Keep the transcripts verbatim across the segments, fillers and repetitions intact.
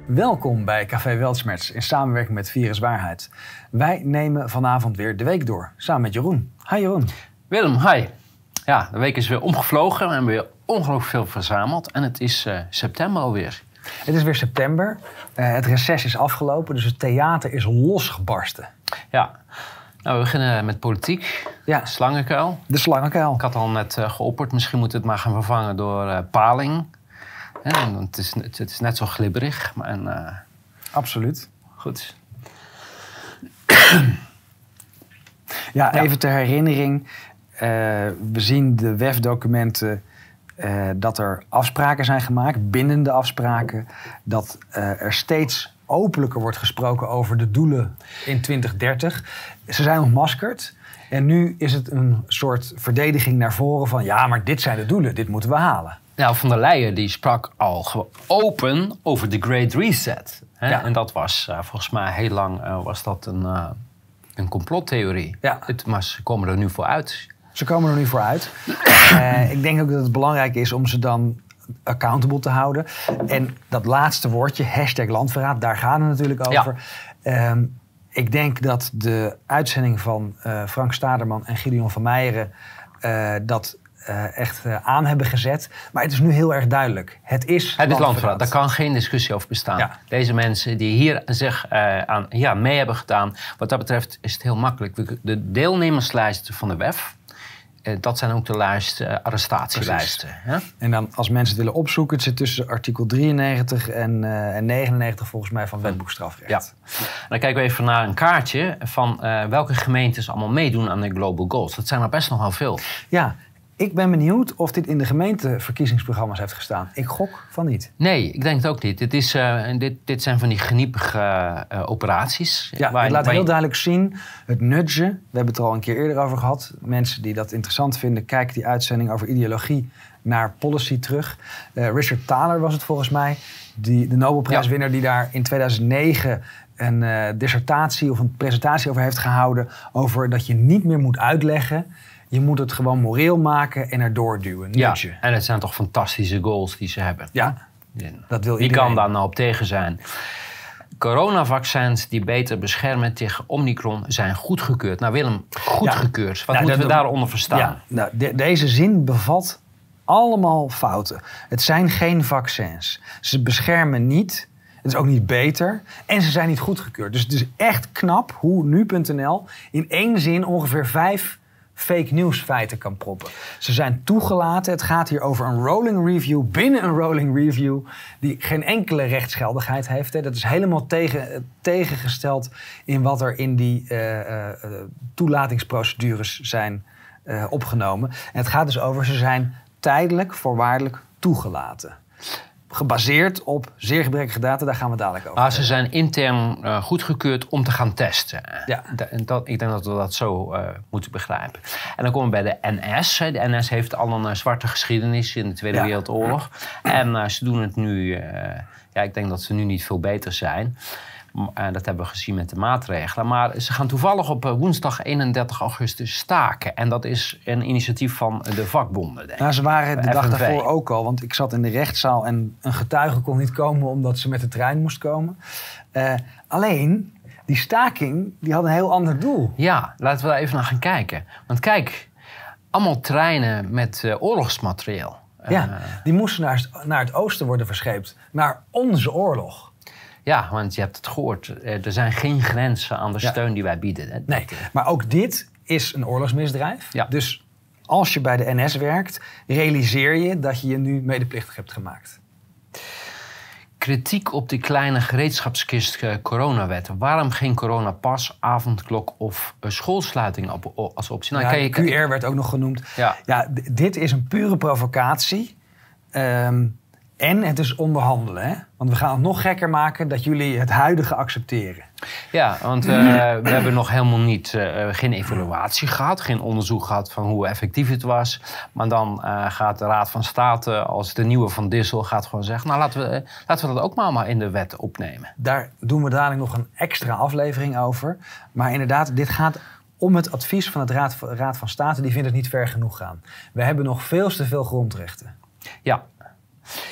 Welkom bij Café Weltschmerz in samenwerking met Virus Waarheid. Wij nemen vanavond weer de week door, samen met Jeroen. Hi Jeroen. Willem, hi. Ja, de week is weer omgevlogen. We hebben weer ongelooflijk veel verzameld. En het is uh, september alweer. Het is weer september. Uh, het reces is afgelopen, dus het theater is losgebarsten. Ja, nou, we beginnen met politiek. Ja. Slangenkuil. De slangenkuil. Ik had al net uh, geopperd, misschien moet het maar gaan vervangen door uh, paling. Ja, want het, is, het, het is net zo glibberig. Maar, en, uh, Absoluut. Goed. Ja, even ja. ter herinnering. Uh, we zien de W E F-documenten uh, dat er afspraken zijn gemaakt, bindende afspraken. Dat uh, er steeds openlijker wordt gesproken over de doelen in twintig dertig. Ze zijn ontmaskerd. En nu is het een soort verdediging naar voren van... ja, maar dit zijn de doelen, dit moeten we halen. Nou, Van der Leyen die sprak al open over de Great Reset. Hè? Ja. En dat was uh, volgens mij heel lang uh, was dat een, uh, een complottheorie. Ja. Het, maar ze komen er nu voor uit. Ze komen er nu voor uit. uh, ik denk ook dat het belangrijk is om ze dan accountable te houden. En dat laatste woordje, hashtag landverraad, daar gaat het natuurlijk over. Ja. Um, ik denk dat de uitzending van uh, Frank Staderman en Gideon van Meijeren... Uh, dat uh, echt uh, aan hebben gezet. Maar het is nu heel erg duidelijk. Het is Het is landverraad. Daar kan geen discussie over bestaan. Ja. Deze mensen die hier zich uh, aan, ja, mee hebben gedaan... wat dat betreft is het heel makkelijk. De deelnemerslijsten van de W E F... Uh, dat zijn ook de lijst, uh, arrestatielijsten. Ja? En dan als mensen het willen opzoeken... het zit tussen artikel drieënnegentig en, uh, en negenennegentig volgens mij van wetboek strafrecht. Ja. En dan kijken we even naar een kaartje... van uh, welke gemeentes allemaal meedoen aan de Global Goals. Dat zijn er best nogal veel. Ja, ik ben benieuwd of dit in de gemeenteverkiezingsprogramma's heeft gestaan. Ik gok van niet. Nee, ik denk het ook niet. Dit, is, uh, dit, dit zijn van die geniepige uh, operaties. Ja, waar, het laat waar heel je... duidelijk zien, het nudgen. We hebben het er al een keer eerder over gehad. Mensen die dat interessant vinden, kijken die uitzending over ideologie naar policy terug. Uh, Richard Thaler was het volgens mij, die, de Nobelprijswinnaar... Ja. die daar in tweeduizend negen een uh, dissertatie of een presentatie over heeft gehouden... over dat je niet meer moet uitleggen... Je moet het gewoon moreel maken en erdoor duwen. Ja, en het zijn toch fantastische goals die ze hebben. Ja, dat wil Wie iedereen. kan daar nou op tegen zijn? Coronavaccins die beter beschermen tegen Omicron zijn goedgekeurd. Nou Willem, goedgekeurd. Ja. Wat nou, moeten we daaronder verstaan? Ja, nou, de, deze zin bevat allemaal fouten. Het zijn geen vaccins. Ze beschermen niet. Het is ook niet beter. En ze zijn niet goedgekeurd. Dus het is echt knap hoe nu punt n l in één zin ongeveer vijf... fake news feiten kan proppen. Ze zijn toegelaten. Het gaat hier over een rolling review binnen een rolling review... die geen enkele rechtsgeldigheid heeft. Hè. Dat is helemaal tegen, tegengesteld in wat er in die uh, uh, toelatingsprocedures zijn uh, opgenomen. En het gaat dus over, ze zijn tijdelijk voorwaardelijk toegelaten. Gebaseerd op zeer gebrekkige data, daar gaan we het dadelijk over. Maar ze zijn intern uh, goedgekeurd om te gaan testen. Ja. Dat, dat, ik denk dat we dat zo uh, moeten begrijpen. En dan komen we bij de N S. De N S heeft al een uh, zwarte geschiedenis in de Tweede ja. Wereldoorlog. En uh, ze doen het nu... Uh, ja, ik denk dat ze nu niet veel beter zijn. Uh, dat hebben we gezien met de maatregelen. Maar ze gaan toevallig op uh, woensdag eenendertig augustus staken. En dat is een initiatief van de vakbonden, denk ik. Nou, ze waren de dag daarvoor ook al. Want ik zat in de rechtszaal en een getuige kon niet komen... omdat ze met de trein moest komen. Uh, alleen, die staking die had een heel ander doel. Ja, laten we daar even naar gaan kijken. Want kijk, allemaal treinen met uh, oorlogsmateriaal. Ja, uh, die moesten naar, naar het oosten worden verscheept. Naar onze oorlog. Ja, want je hebt het gehoord. Er zijn geen grenzen aan de steun ja. die wij bieden. Hè? Nee, maar ook dit is een oorlogsmisdrijf. Ja. Dus als je bij de N S werkt, realiseer je dat je je nu medeplichtig hebt gemaakt. Kritiek op die kleine gereedschapskist uh, coronawet. Waarom geen coronapas, avondklok of uh, schoolsluiting op, als optie? Nou, ja, kan je, Q R werd ook nog genoemd. Ja. Ja, d- dit is een pure provocatie. Um, En het is onderhandelen, hè? Want we gaan het nog gekker maken dat jullie het huidige accepteren. Ja, want uh, we hebben nog helemaal niet, uh, geen evaluatie gehad, geen onderzoek gehad van hoe effectief het was. Maar dan uh, gaat de Raad van State, als de nieuwe Van Dissel, gaat gewoon zeggen... nou, laten we, uh, laten we dat ook maar, maar in de wet opnemen. Daar doen we dadelijk nog een extra aflevering over. Maar inderdaad, dit gaat om het advies van het Raad, Raad van State. Die vindt het niet ver genoeg gaan. We hebben nog veel te veel grondrechten. Ja.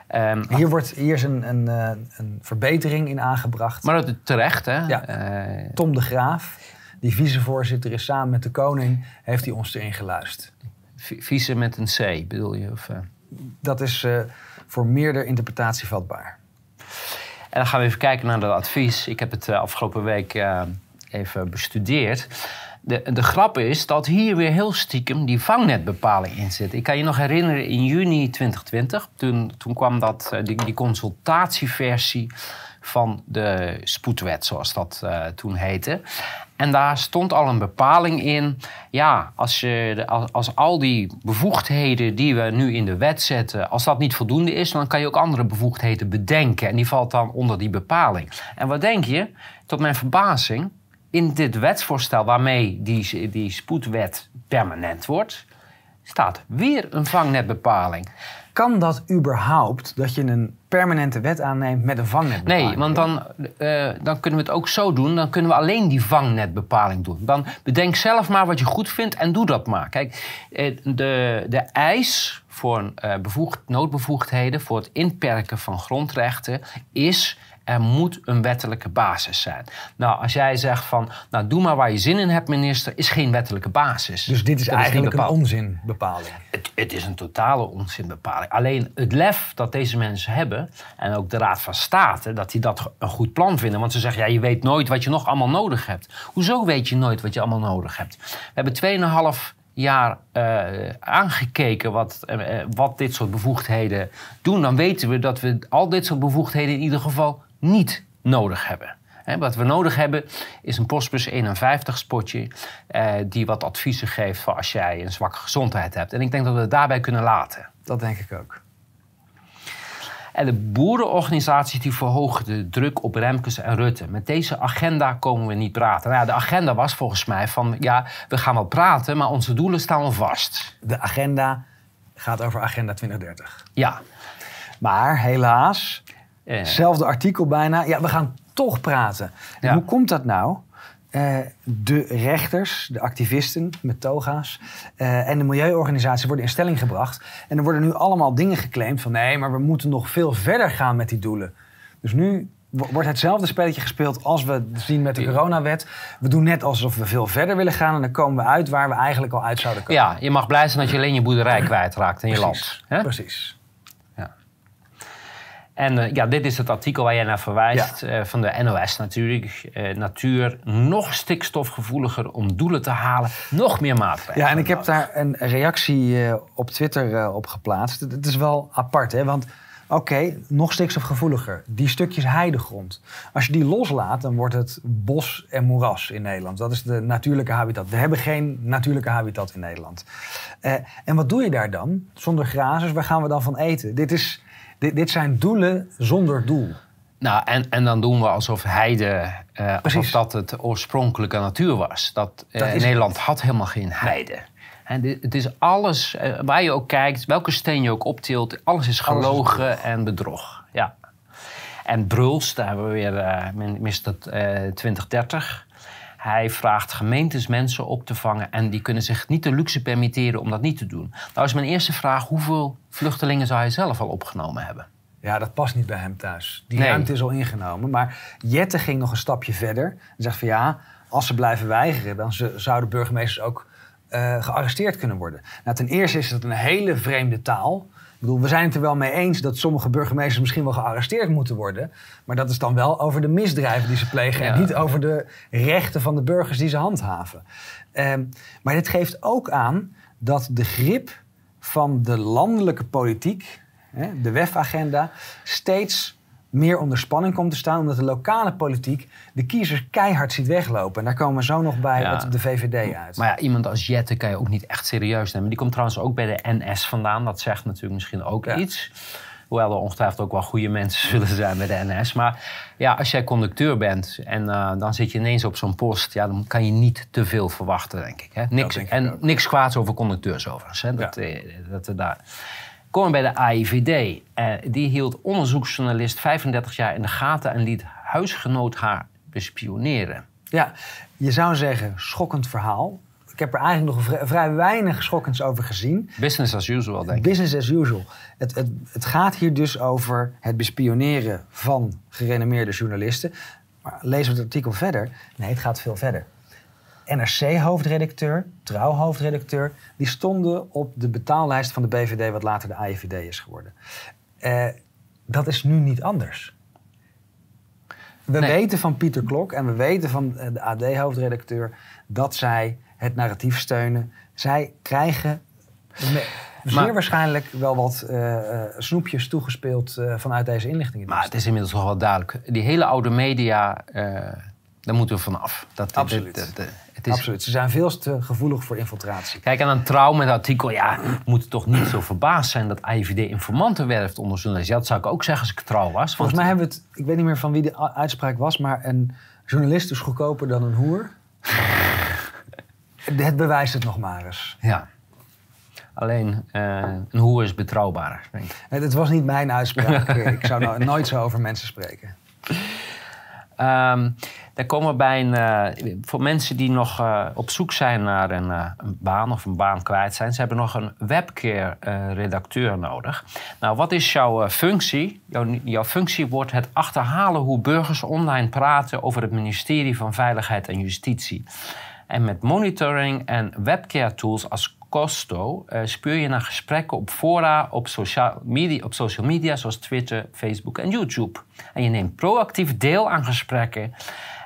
Um, hier, wordt, hier is een, een, een verbetering in aangebracht. Maar dat terecht, hè? Ja. Uh, Tom de Graaf, die vicevoorzitter is, samen met de koning, heeft hij ons erin geluisterd. Vice met een C, bedoel je? Of, uh... Dat is uh, voor meerdere interpretatie vatbaar. En dan gaan we even kijken naar dat advies. Ik heb het uh, afgelopen week uh, even bestudeerd. De, de grap is dat hier weer heel stiekem die vangnetbepaling in zit. Ik kan je nog herinneren, in juni twintig twintig... toen, toen kwam dat, die, die consultatieversie van de spoedwet, zoals dat uh, toen heette. En daar stond al een bepaling in. Ja, als, je, als, als al die bevoegdheden die we nu in de wet zetten, als dat niet voldoende is, dan kan je ook andere bevoegdheden bedenken. En die valt dan onder die bepaling. En wat denk je? Tot mijn verbazing, in dit wetsvoorstel waarmee die, die spoedwet permanent wordt, staat weer een vangnetbepaling. Kan dat überhaupt, dat je een permanente wet aanneemt met een vangnetbepaling? Nee, want dan, uh, dan kunnen we het ook zo doen. Dan kunnen we alleen die vangnetbepaling doen. Dan bedenk zelf maar wat je goed vindt en doe dat maar. Kijk, de, de eis voor uh, bevoegd, noodbevoegdheden, voor het inperken van grondrechten, is: er moet een wettelijke basis zijn. Nou, als jij zegt van, nou, doe maar waar je zin in hebt, minister, is geen wettelijke basis. Dus dit is dat eigenlijk is een onzinbepaling? Het, het is een totale onzinbepaling. Alleen het lef dat deze mensen hebben, en ook de Raad van State, dat die dat een goed plan vinden. Want ze zeggen, ja, je weet nooit wat je nog allemaal nodig hebt. Hoezo weet je nooit wat je allemaal nodig hebt? We hebben tweeënhalf jaar uh, aangekeken wat, uh, wat dit soort bevoegdheden doen. Dan weten we dat we al dit soort bevoegdheden in ieder geval niet nodig hebben. He, wat we nodig hebben is een Postbus eenenvijftig spotje uh, die wat adviezen geeft voor als jij een zwakke gezondheid hebt. En ik denk dat we het daarbij kunnen laten. Dat denk ik ook. En de boerenorganisaties die verhogen de druk op Remkes en Rutte. Met deze agenda komen we niet praten. Nou ja, de agenda was volgens mij van, ja, we gaan wel praten, maar onze doelen staan al vast. De agenda gaat over Agenda twintig dertig. Ja. Maar helaas, Eh. hetzelfde artikel bijna, ja, we gaan toch praten. Ja. Hoe komt dat nou? Uh, de rechters, de activisten met toga's uh, en de milieuorganisaties worden in stelling gebracht. En er worden nu allemaal dingen geclaimd van nee, maar we moeten nog veel verder gaan met die doelen. Dus nu wordt hetzelfde spelletje gespeeld als we zien met de coronawet. We doen net alsof we veel verder willen gaan en dan komen we uit waar we eigenlijk al uit zouden komen. Ja, je mag blij zijn dat je alleen je boerderij kwijtraakt in je Precies. land. Hè? Precies. En uh, ja, dit is het artikel waar jij naar verwijst, ja. uh, van de N O S natuurlijk. Uh, natuur nog stikstofgevoeliger om doelen te halen, nog meer maatregelen. Ja, en ik heb daar een reactie uh, op Twitter uh, op geplaatst. Het is wel apart, hè, want oké, okay, nog stikstofgevoeliger. Die stukjes heidegrond. Als je die loslaat, dan wordt het bos en moeras in Nederland. Dat is de natuurlijke habitat. We hebben geen natuurlijke habitat in Nederland. Uh, en wat doe je daar dan? Zonder grazers, waar gaan we dan van eten? Dit is... Dit, dit zijn doelen zonder doel. Nou, en, en dan doen we alsof heide, uh, alsof dat het oorspronkelijke natuur was. Dat, uh, dat Nederland het. had helemaal geen heide. En dit, het is alles, uh, waar je ook kijkt, welke steen je ook optilt, alles is gelogen alles is en bedrog. Ja. En Bruls, daar hebben we weer uh, mister twintig dertig. Hij vraagt gemeentes mensen op te vangen en die kunnen zich niet de luxe permitteren om dat niet te doen. Nou is mijn eerste vraag, hoeveel vluchtelingen zou hij zelf al opgenomen hebben? Ja, dat past niet bij hem thuis. Die nee. ruimte is al ingenomen. Maar Jette ging nog een stapje verder. En zegt van ja, als ze blijven weigeren, dan zouden burgemeesters ook uh, gearresteerd kunnen worden. Nou, ten eerste is het een hele vreemde taal. Ik bedoel, we zijn het er wel mee eens dat sommige burgemeesters misschien wel gearresteerd moeten worden. Maar dat is dan wel over de misdrijven die ze plegen. Ja. En niet over de rechten van de burgers die ze handhaven. Um, maar dit geeft ook aan dat de grip van de landelijke politiek, hè, de W E F-agenda, steeds meer onder spanning komt te staan. Omdat de lokale politiek de kiezers keihard ziet weglopen. En daar komen we zo nog bij ja. de V V D uit. Maar ja, iemand als Jette kan je ook niet echt serieus nemen. Die komt trouwens ook bij de N S vandaan. Dat zegt natuurlijk misschien ook ja. iets. Hoewel er ongetwijfeld ook wel goede mensen zullen zijn bij de N S. Maar ja, als jij conducteur bent en uh, dan zit je ineens op zo'n post, ja, dan kan je niet te veel verwachten, denk ik. Hè? Niks, denk ik en ook. Niks kwaads over conducteurs overigens. Hè? Dat, ja. dat, dat, daar. Komen we bij de A I V D. Uh, die hield onderzoeksjournalist vijfendertig jaar in de gaten en liet huisgenoot haar bespioneren. Ja, je zou zeggen, schokkend verhaal. Ik heb er eigenlijk nog vrij, vrij weinig schokkends over gezien. Business as usual, denk ik. Business as usual. Het, het, het gaat hier dus over het bespioneren van gerenommeerde journalisten. Maar lezen we het artikel verder? Nee, het gaat veel verder. N R C-hoofdredacteur, Trouw-hoofdredacteur... die stonden op de betaallijst van de B V D... wat later de A I V D is geworden. Uh, dat is nu niet anders. We nee. weten van Pieter Klok en we weten van de A D-hoofdredacteur... dat zij het narratief steunen. Zij krijgen me, zeer maar, waarschijnlijk wel wat uh, uh, snoepjes toegespeeld... Uh, vanuit deze inlichtingen. Maar het is inmiddels toch wel duidelijk. Die hele oude media, uh, daar moeten we vanaf. Dat, Absoluut. De, de, de, het is... Absoluut. Ze zijn veel te gevoelig voor infiltratie. Kijk, en een Trouw met het artikel... ja, we moeten toch niet zo verbaasd zijn... dat A I V D informanten werft onder journalisten. Ja, dat zou ik ook zeggen als ik Trouw was. Volgens want... mij hebben we het... Ik weet niet meer van wie de uitspraak was... maar een journalist is goedkoper dan een hoer. Het bewijst het nog maar eens. Ja. Alleen, uh, een hoer is betrouwbaarder, denk ik. Het, het was niet mijn uitspraak. Ik zou nou nooit zo over mensen spreken. Um, dan komen we bij een... Uh, voor mensen die nog uh, op zoek zijn naar een, uh, een baan of een baan kwijt zijn... ze hebben nog een webcare-redacteur uh, nodig. Nou, wat is jouw uh, functie? Jouw, jouw functie wordt het achterhalen hoe burgers online praten... over het ministerie van Veiligheid en Justitie. En met monitoring en webcare tools als Costo uh, speur je naar gesprekken op fora, op social, media, op social media zoals Twitter, Facebook en YouTube. En je neemt proactief deel aan gesprekken um,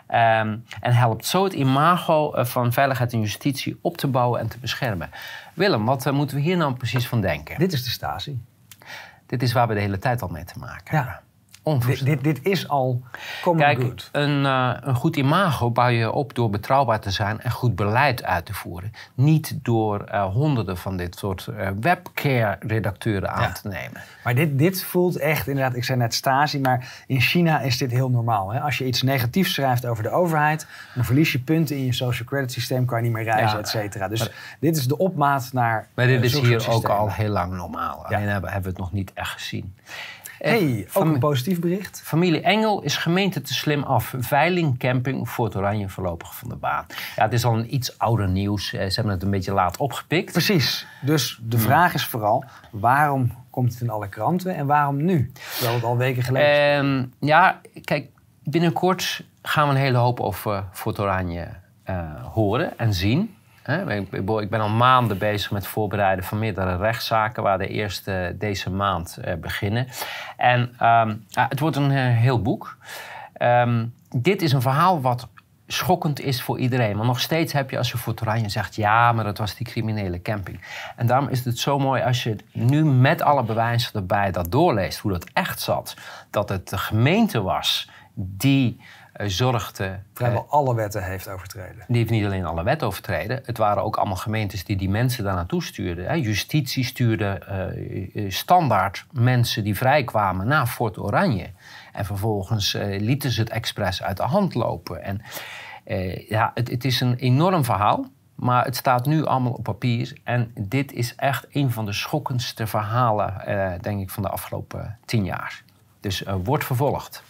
en helpt zo het imago uh, van Veiligheid en Justitie op te bouwen en te beschermen. Willem, wat uh, moeten we hier nou precies van denken? Dit is de Stasi. Dit is waar we de hele tijd al mee te maken ja. hebben. Dit, dit, dit is al common Kijk, good. Een, uh, een goed imago bouw je op door betrouwbaar te zijn en goed beleid uit te voeren. Niet door uh, honderden van dit soort uh, webcare-redacteuren aan ja. te nemen. Maar dit, dit voelt echt, inderdaad, ik zei net Stasi, maar in China is dit heel normaal. Hè? Als je iets negatiefs schrijft over de overheid, dan verlies je punten in je social credit systeem, kan je niet meer reizen, ja. et cetera. Dus maar, dit is de opmaat naar. Maar dit uh, is hier ook al heel lang normaal. Alleen ja. hebben, hebben we het nog niet echt gezien. Hey, ook een positief bericht. Familie Engel is gemeente te slim af. Veiling Camping Fort Oranje voorlopig van de baan. Ja, het is al een iets ouder nieuws. Ze hebben het een beetje laat opgepikt. Precies. Dus de hmm. vraag is vooral, waarom komt het in alle kranten en waarom nu? Terwijl het al weken geleden is. Um, ja, kijk, binnenkort gaan we een hele hoop over Fort Oranje uh, horen en zien. Ik ben al maanden bezig met het voorbereiden van meerdere rechtszaken... waar de eerste deze maand uh, beginnen. En um, uh, het wordt een uh, heel boek. Um, dit is een verhaal wat schokkend is voor iedereen. Maar nog steeds heb je als je Fort Oranje zegt... ja, maar dat was die criminele camping. En daarom is het zo mooi als je nu met alle bewijzen erbij dat doorleest... hoe dat echt zat. Dat het de gemeente was die... Uh, zorgde... Vrijwel uh, alle wetten heeft overtreden. Die heeft niet alleen alle wetten overtreden. Het waren ook allemaal gemeentes die die mensen daar naartoe stuurden. Hè. Justitie stuurde uh, standaard mensen die vrijkwamen naar Fort Oranje. En vervolgens uh, lieten ze het expres uit de hand lopen. En uh, ja, het, het is een enorm verhaal. Maar het staat nu allemaal op papier. En dit is echt een van de schokkendste verhalen, uh, denk ik, van de afgelopen tien jaar. Dus uh, wordt vervolgd.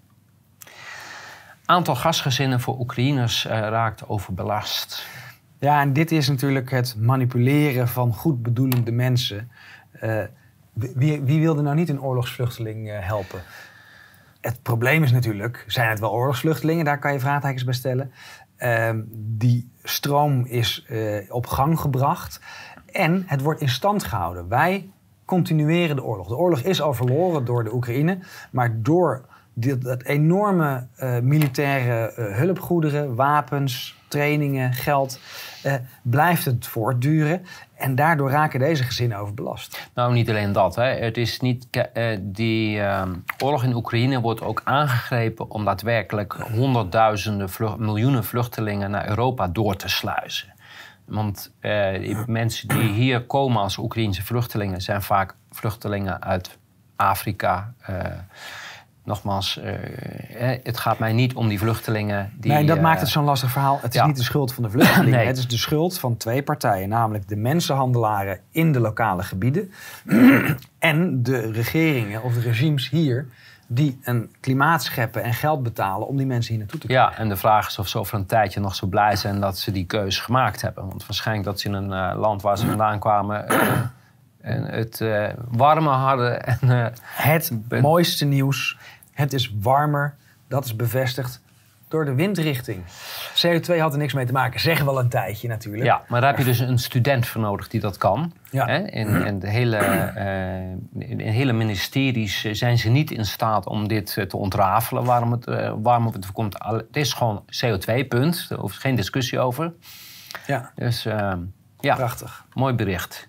Aantal gastgezinnen voor Oekraïners uh, raakt overbelast. Ja, en dit is natuurlijk het manipuleren van goed bedoelende mensen. Uh, wie, wie wilde nou niet een oorlogsvluchteling uh, helpen? Het probleem is natuurlijk, zijn het wel oorlogsvluchtelingen? Daar kan je vraagtekens bij stellen. Uh, die stroom is uh, op gang gebracht en het wordt in stand gehouden. Wij continueren de oorlog. De oorlog is al verloren door de Oekraïne, maar door... Dat, dat enorme uh, militaire uh, hulpgoederen, wapens, trainingen, geld... Uh, blijft het voortduren. En daardoor raken deze gezinnen overbelast. Nou, niet alleen dat. Hè. Het is niet, uh, die uh, oorlog in Oekraïne wordt ook aangegrepen... om daadwerkelijk honderdduizenden, vlucht, miljoenen vluchtelingen naar Europa door te sluizen. Want uh, die mensen die hier komen als Oekraïense vluchtelingen... zijn vaak vluchtelingen uit Afrika... Uh, Nogmaals, uh, het gaat mij niet om die vluchtelingen. Die, nee, dat uh, maakt het zo'n lastig verhaal. Het is ja. niet de schuld van de vluchtelingen. Nee. Het is de schuld van twee partijen. Namelijk de mensenhandelaren in de lokale gebieden. En de regeringen of de regimes hier... die een klimaat scheppen en geld betalen om die mensen hier naartoe te krijgen. Ja, en de vraag is of ze over een tijdje nog zo blij zijn dat ze die keuze gemaakt hebben. Want waarschijnlijk dat ze in een uh, land waar ze vandaan kwamen uh, en het uh, warmer hadden. En, uh, het ben... mooiste nieuws, het is warmer, dat is bevestigd door de windrichting. C O twee had er niks mee te maken, zeggen wel een tijdje natuurlijk. Ja, maar daar heb je dus een student voor nodig die dat kan. Ja. Hè? En, en de hele, uh, in, in hele ministeries zijn ze niet in staat om dit uh, te ontrafelen. Waarom het, uh, waarom het voorkomt. Het is gewoon C O twee, punt. Daar hoeft geen discussie over. Ja. Dus uh, ja, prachtig. Mooi bericht.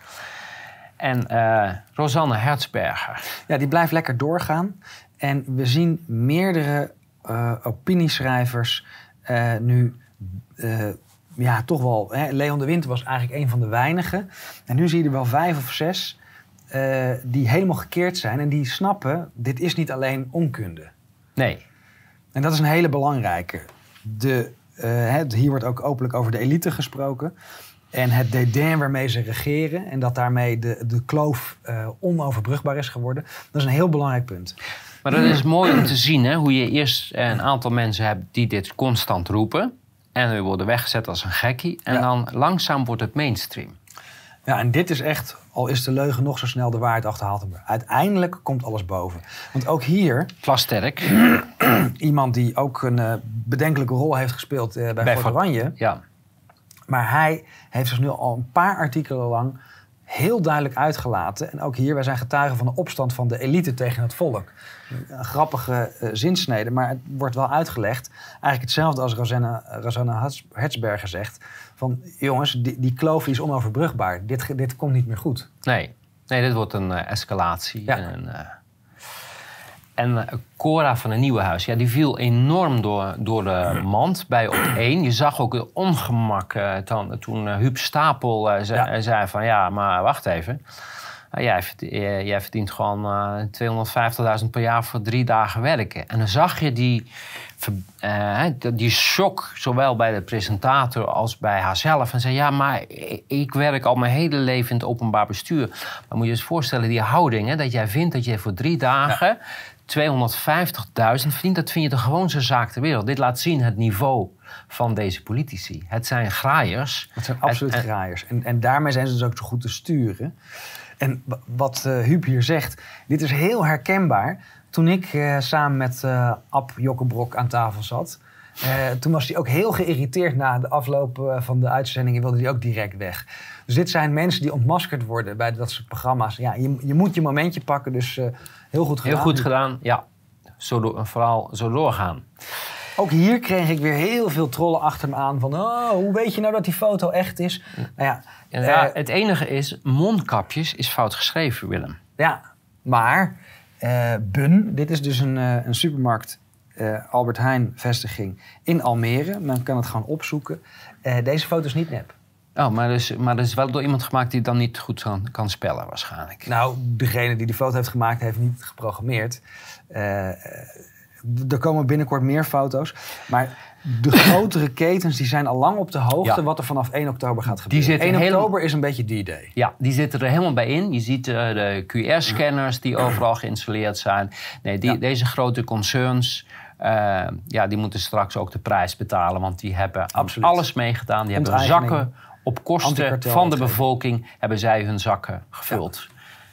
En uh, Rosanne Hertzberger. Ja, die blijft lekker doorgaan. En we zien meerdere uh, opinieschrijvers uh, nu... Uh, ja, toch wel. Hè? Leon de Winter was eigenlijk een van de weinigen. En nu zie je er wel vijf of zes uh, die helemaal gekeerd zijn. En die snappen, dit is niet alleen onkunde. Nee. En dat is een hele belangrijke. De, uh, hè, hier wordt ook openlijk over de elite gesproken. En het dédain waarmee ze regeren. En dat daarmee de, de kloof uh, onoverbrugbaar is geworden. Dat is een heel belangrijk punt. Maar dat is mooi om te zien, hè? Hoe je eerst een aantal mensen hebt die dit constant roepen. En we worden weggezet als een gekkie. En ja. dan langzaam wordt het mainstream. Ja, en dit is echt, al is de leugen nog zo snel de waarheid achterhaalt. Uiteindelijk komt alles boven. Want ook hier... Plasterk. Iemand die ook een uh, bedenkelijke rol heeft gespeeld uh, bij, bij Fort Oranje. Ja. Maar hij heeft zich nu al een paar artikelen lang heel duidelijk uitgelaten. En ook hier, wij zijn getuigen van de opstand van de elite tegen het volk. Een grappige uh, zinsnede, maar het wordt wel uitgelegd. Eigenlijk hetzelfde als Rosanne, Rosanne Hertzberger zegt. Van jongens, die, die kloof die is onoverbrugbaar. Dit, dit komt niet meer goed. Nee, nee dit wordt een uh, escalatie. Ja. En, uh, en uh, Cora van het Nieuwenhuis, ja, die viel enorm door, door de mand bij Op één. Je zag ook het ongemak uh, toen, toen uh, Huub Stapel uh, ze, ja. uh, zei van ja, maar wacht even. Uh, jij, verdient, uh, jij verdient gewoon uh, tweehonderdvijftigduizend per jaar voor drie dagen werken. En dan zag je die, uh, die shock, zowel bij de presentator als bij haarzelf. En zei ja, maar ik werk al mijn hele leven in het openbaar bestuur. Maar moet je je eens voorstellen, die houding, hè, dat jij vindt dat je voor drie dagen... Ja. tweehonderdvijftigduizend verdient, dat vind je de gewoonste zaak ter wereld. Dit laat zien het niveau van deze politici. Het zijn graaiers. Het zijn absoluut en, graaiers. En, en daarmee zijn ze dus ook zo goed te sturen. En wat uh, Huub hier zegt, dit is heel herkenbaar. Toen ik uh, samen met uh, Ab Jokkenbrok aan tafel zat... Uh, toen was hij ook heel geïrriteerd na de afloop uh, van de uitzending... en wilde hij ook direct weg. Dus dit zijn mensen die ontmaskerd worden bij dat soort programma's. Ja, je, je moet je momentje pakken, dus uh, heel goed gedaan. Heel goed gedaan, ja. Zo door, vooral zo doorgaan. Ook hier kreeg ik weer heel veel trollen achter me aan van... oh, hoe weet je nou dat die foto echt is? Nou ja, ja, uh, het enige is, mondkapjes is fout geschreven, Willem. Ja, maar uh, Bun, dit is dus een, uh, een supermarkt... Uh, Albert Heijn vestiging in Almere. Men kan het gewoon opzoeken. Uh, deze foto is niet nep. Oh, maar dus, maar dat is wel door iemand gemaakt die het dan niet goed kan, kan spellen waarschijnlijk. Nou, degene die de foto heeft gemaakt heeft niet geprogrammeerd. Uh, er komen binnenkort meer foto's. Maar de grotere ketens die zijn al lang op de hoogte... Ja. wat er vanaf één oktober gaat gebeuren. Die één oktober helemaal... is een beetje D-Day. Ja, die zitten er helemaal bij in. Je ziet uh, de Q R-scanners die overal geïnstalleerd zijn. Nee, die, ja. deze grote concerns... Uh, ja, die moeten straks ook de prijs betalen. Want die hebben Absoluut. alles meegedaan. Die hebben zakken op kosten van de bevolking... hebben zij hun zakken gevuld.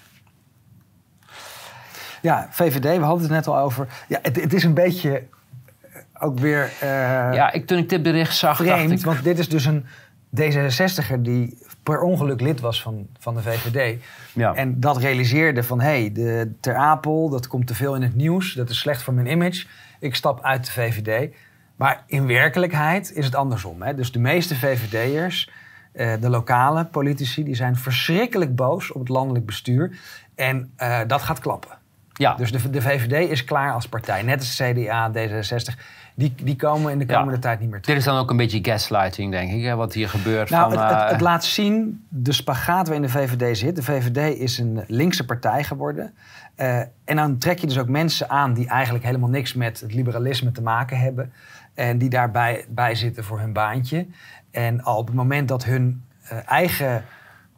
Ja, ja V V D, we hadden het net al over. Ja, het, het is een beetje ook weer... Uh, ja, ik, toen ik dit bericht zag... Vreemd, dacht ik... want dit is dus een D zesenzestiger... die per ongeluk lid was van, van de V V D. Ja. En dat realiseerde van... hé, hey, Ter Apel, dat komt te veel in het nieuws. Dat is slecht voor mijn image... Ik stap uit de V V D. Maar in werkelijkheid is het andersom. Hè? Dus de meeste V V D'ers, uh, de lokale politici... die zijn verschrikkelijk boos op het landelijk bestuur. En uh, dat gaat klappen. Ja. Dus de, de V V D is klaar als partij. Net als C D A, D zesenzestig. Die, die komen in de komende ja. tijd niet meer terug. Dit is dan ook een beetje gaslighting, denk ik, hè, wat hier gebeurt. Nou, van, het, uh... het, het laat zien de spagaat waarin de V V D zit. De V V D is een linkse partij geworden... Uh, en dan trek je dus ook mensen aan die eigenlijk helemaal niks met het liberalisme te maken hebben. En die daarbij bij zitten voor hun baantje. En al op het moment dat hun uh, eigen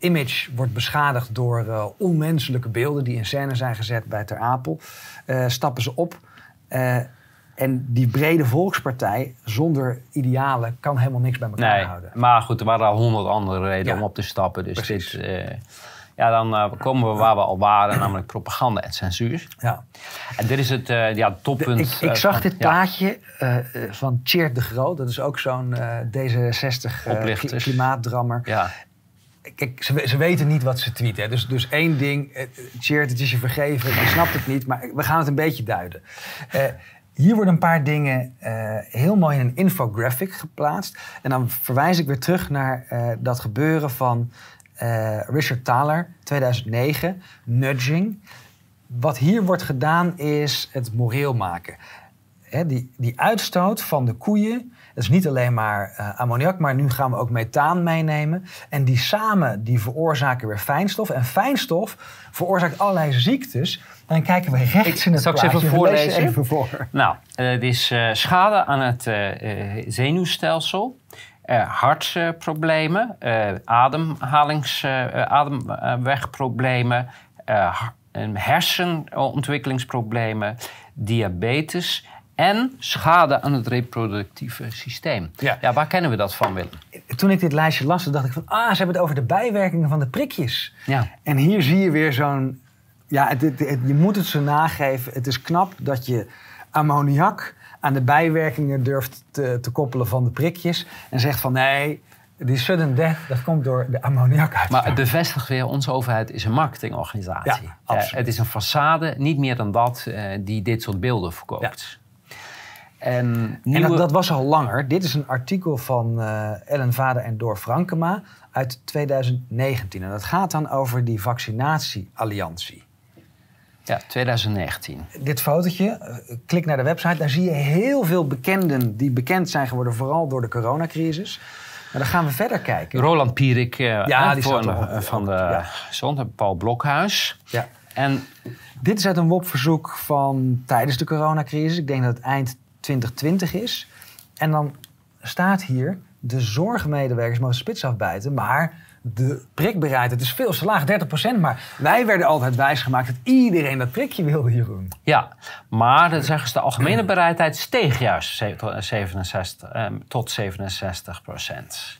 image wordt beschadigd door uh, onmenselijke beelden die in scène zijn gezet bij Ter Apel. Uh, stappen ze op. Uh, en die brede volkspartij zonder idealen kan helemaal niks bij elkaar nee, houden. Maar goed, er waren al honderd andere redenen ja, om op te stappen. Dus precies. dit, uh, ja, dan uh, komen we waar we al waren, namelijk propaganda en censuur. Ja. En dit is het uh, ja, toppunt. De, ik, ik zag van, dit plaatje uh, van Tjeerd de Groot. Dat is ook zo'n uh, D zesenzestig uh, klimaatdrammer. Ja. Kijk, ze, ze weten niet wat ze tweeten. Dus, dus één ding, uh, Tjeerd, het is je vergeven. Je snapt het niet, maar we gaan het een beetje duiden. Uh, hier worden een paar dingen uh, heel mooi in een infographic geplaatst. En dan verwijs ik weer terug naar uh, dat gebeuren van uh, Richard Thaler, tweeduizend negen, nudging. Wat hier wordt gedaan is het moreel maken. He, die, die uitstoot van de koeien, dat is niet alleen maar uh, ammoniak, maar nu gaan we ook methaan meenemen. En die samen die veroorzaken weer fijnstof. En fijnstof veroorzaakt allerlei ziektes. En dan kijken we rechts ik, in het zal plaatje. Ik even voorlezen? Even voor. Nou, uh, het is uh, schade aan het uh, uh, zenuwstelsel. Uh, hartproblemen, uh, ademhalings, uh, ademwegproblemen, uh, hersenontwikkelingsproblemen, diabetes en schade aan het reproductieve systeem. Ja. Ja, waar kennen we dat van, Willem? Toen ik dit lijstje las, dacht ik van, ah, ze hebben het over de bijwerkingen van de prikjes. Ja. En hier zie je weer zo'n, ja, het, het, het, je moet het ze nageven. Het is knap dat je ammoniak aan de bijwerkingen durft te, te koppelen van de prikjes. En zegt van, nee, die sudden death, dat komt door de ammoniak uit. Maar het bevestigt weer, onze overheid is een marketingorganisatie. Ja, absoluut. Uh, het is een façade, niet meer dan dat, uh, die dit soort beelden verkoopt. Ja. En, nieuwe... en dat, dat was al langer. Dit is een artikel van uh, Ellen Vader en Door Frankema uit tweeduizend negentien. En dat gaat dan over die vaccinatiealliantie. Ja, tweeduizend negentien. Dit fotootje, uh, klik naar de website. Daar zie je heel veel bekenden die bekend zijn geworden, vooral door de coronacrisis. Maar dan gaan we verder kijken. Roland Pierik uh, ja, die voor, staat uh, van de ja. Zon, Paul Blokhuis. Ja. En dit is uit een W O P-verzoek van tijdens de coronacrisis. Ik denk dat het eind twintig twintig is. En dan staat hier, de zorgmedewerkers mogen spits afbijten, maar de prikbereidheid is veel te laag, dertig procent. Maar wij werden altijd wijsgemaakt dat iedereen dat prikje wilde, Jeroen. Ja, maar dan zeggen ze, de algemene bereidheid steeg juist zevenenzestig, eh, tot zevenenzestig procent.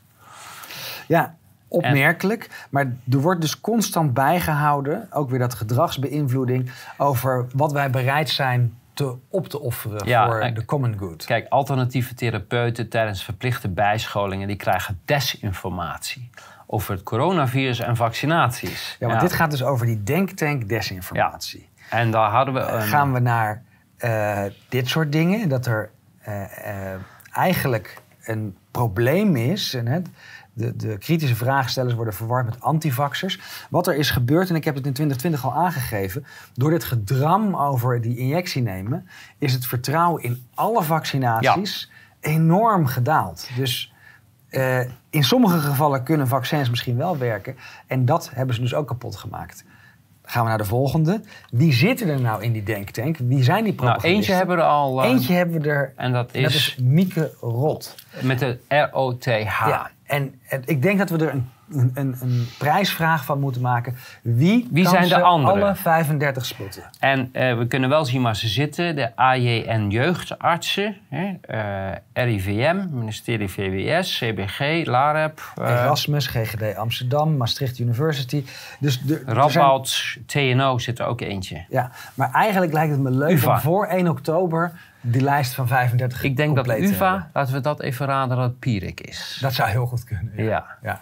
Ja, opmerkelijk. En, maar er wordt dus constant bijgehouden, ook weer dat gedragsbeïnvloeding, over wat wij bereid zijn te op te offeren ja, voor de common good. Kijk, alternatieve therapeuten tijdens verplichte bijscholingen, die krijgen desinformatie over het coronavirus en vaccinaties. Ja, want ja. dit gaat dus over die denktank desinformatie. Ja. En daar hadden we een... Uh, gaan we naar uh, dit soort dingen, dat er uh, uh, eigenlijk een probleem is. En, hè, de, de kritische vraagstellers worden verward met antivaxers. Wat er is gebeurd, en ik heb het in twintig twintig al aangegeven, door dit gedram over die injectie nemen, is het vertrouwen in alle vaccinaties ja. enorm gedaald. Dus uh, in sommige gevallen kunnen vaccins misschien wel werken. En dat hebben ze dus ook kapot gemaakt. Dan gaan we naar de volgende. Wie zitten er nou in die denktank? Wie zijn die propagandisten? Nou, eentje hebben we er al. Uh, eentje hebben we er. En dat is, en dat is Mieke Rot. Met de R O T H. Ja, en, en ik denk dat we er een, een, een prijsvraag van moeten maken. Wie, Wie kan zijn de anderen? Alle vijfendertig sputten? En uh, we kunnen wel zien waar ze zitten. De A J N jeugdartsen, hè, uh, R I V M, ministerie V W S, C B G, LAREP. Uh, Erasmus, G G D Amsterdam, Maastricht University. Dus de, Radboud, zijn... T N O zit er ook eentje. Ja, maar eigenlijk lijkt het me leuk U V A. Om voor één oktober die lijst van vijfendertig Ik denk dat U V A, laten we dat even raden, dat het Pierik is. Dat zou heel goed kunnen. Ja. ja. ja.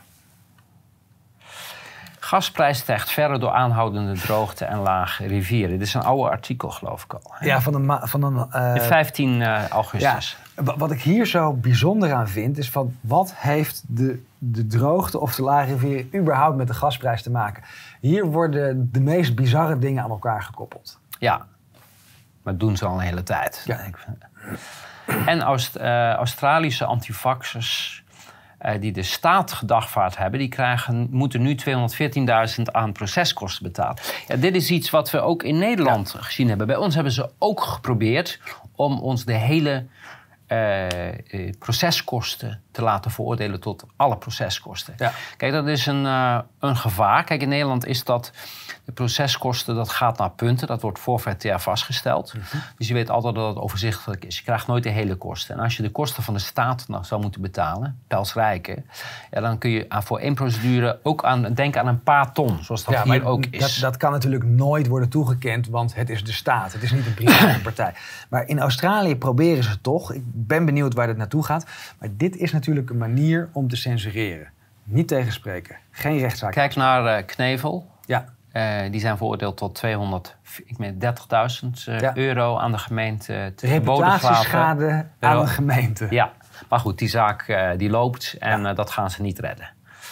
Gasprijs stijgt verder door aanhoudende droogte en lage rivieren. Dit is een oude artikel, geloof ik al. Hè? Ja, van een... Van een uh, vijftien uh, augustus. Ja, wat ik hier zo bijzonder aan vind, is van wat heeft de, de droogte of de lage rivieren überhaupt met de gasprijs te maken? Hier worden de meest bizarre dingen aan elkaar gekoppeld. Ja, maar dat doen ze al een hele tijd. Ja. En Aust- uh, Australische antivaxers Uh, die de staat gedagvaard hebben, die krijgen, moeten nu tweehonderdveertienduizend aan proceskosten betalen. Ja, dit is iets wat we ook in Nederland ja. gezien hebben. Bij ons hebben ze ook geprobeerd om ons de hele uh, uh, proceskosten te laten veroordelen tot alle proceskosten. Ja. Kijk, dat is een, uh, een gevaar. Kijk, in Nederland is dat de proceskosten, dat gaat naar punten. Dat wordt forfaitair vastgesteld. Mm-hmm. Dus je weet altijd dat het overzichtelijk is. Je krijgt nooit de hele kosten. En als je de kosten van de staat nog zou moeten betalen, pelsrijke, ja, dan kun je voor één procedure ook aan denken aan een paar ton, zoals dat ja, hier ook is. Dat, dat kan natuurlijk nooit worden toegekend, want het is de staat. Het is niet een private partij. Maar in Australië proberen ze het toch. Ik ben benieuwd waar dit naartoe gaat. Maar dit is natuurlijk een manier om te censureren. Niet tegenspreken. Geen rechtszaak. Kijk naar uh, Knevel. Ja. Uh, die zijn veroordeeld tot tweehonderddertigduizend uh, ja. euro aan de gemeente. Reputatieschade aan een gemeente. Ja, maar goed, die zaak uh, die loopt en ja. uh, dat gaan ze niet redden.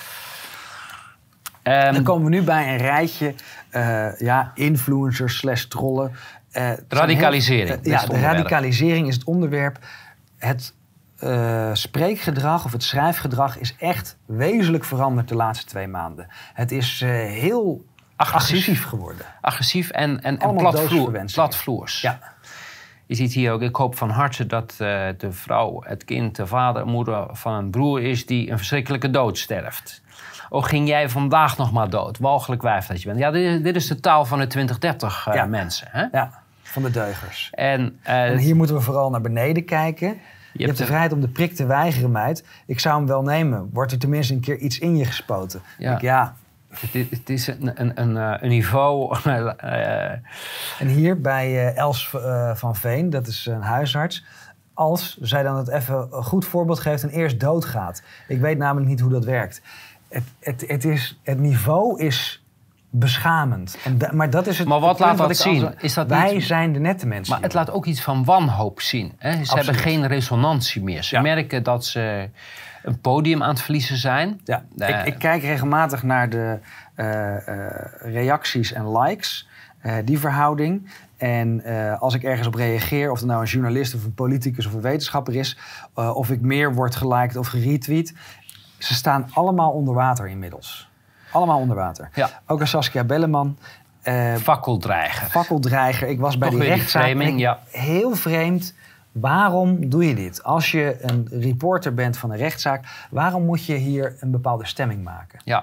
Um, Dan komen we nu bij een rijtje uh, ja, influencers slash trollen. Uh, radicalisering. Heel, uh, ja, de radicalisering is het onderwerp. Het uh, spreekgedrag of het schrijfgedrag is echt wezenlijk veranderd de laatste twee maanden. Het is uh, heel agressief, agressief geworden. Agressief en, en, en platvloer, platvloers. Ja. Je ziet hier ook, ik hoop van harte dat uh, de vrouw, het kind, de vader, moeder van een broer is die een verschrikkelijke dood sterft. Oh, ging jij vandaag nog maar dood? Walgelijk wijf dat je bent. Ja, dit, dit is de taal van de twintig dertig uh, ja. mensen. Hè? Ja, van de deugers. En, uh, en hier moeten we vooral naar beneden kijken. Je, je hebt de vrijheid om de prik te weigeren, meid. Ik zou hem wel nemen. Wordt er tenminste een keer iets in je gespoten? Ja. Ik, ja. Het, het is een, een, een, een niveau... Uh, en hier bij uh, Els uh, van Veen, dat is een huisarts. Als zij dan het even een goed voorbeeld geeft en eerst doodgaat. Ik weet namelijk niet hoe dat werkt. Het, het, het, is, het niveau is beschamend. En da, maar dat is het. Maar wat het laat dat wat zien? Als, is dat wij niet... zijn de nette mensen. Maar het laat ook iets van wanhoop zien. Hè? Ze Absoluut. hebben geen resonantie meer. Ze ja. merken dat ze een podium aan het verliezen zijn. Ja. Uh, ik, ik kijk regelmatig naar de uh, uh, reacties en likes. Uh, die verhouding. En uh, als ik ergens op reageer, of het nou een journalist of een politicus of een wetenschapper is, uh, of ik meer word geliked of geretweet, ze staan allemaal onder water inmiddels. Allemaal onder water. Ja. Ook als Saskia Belleman. Uh, fakkeldreiger. Fakkeldreiger. Ik was bij Toch die rechtszaak. Framing, ja. Heel vreemd. Waarom doe je dit? Als je een reporter bent van een rechtszaak, waarom moet je hier een bepaalde stemming maken? Ja.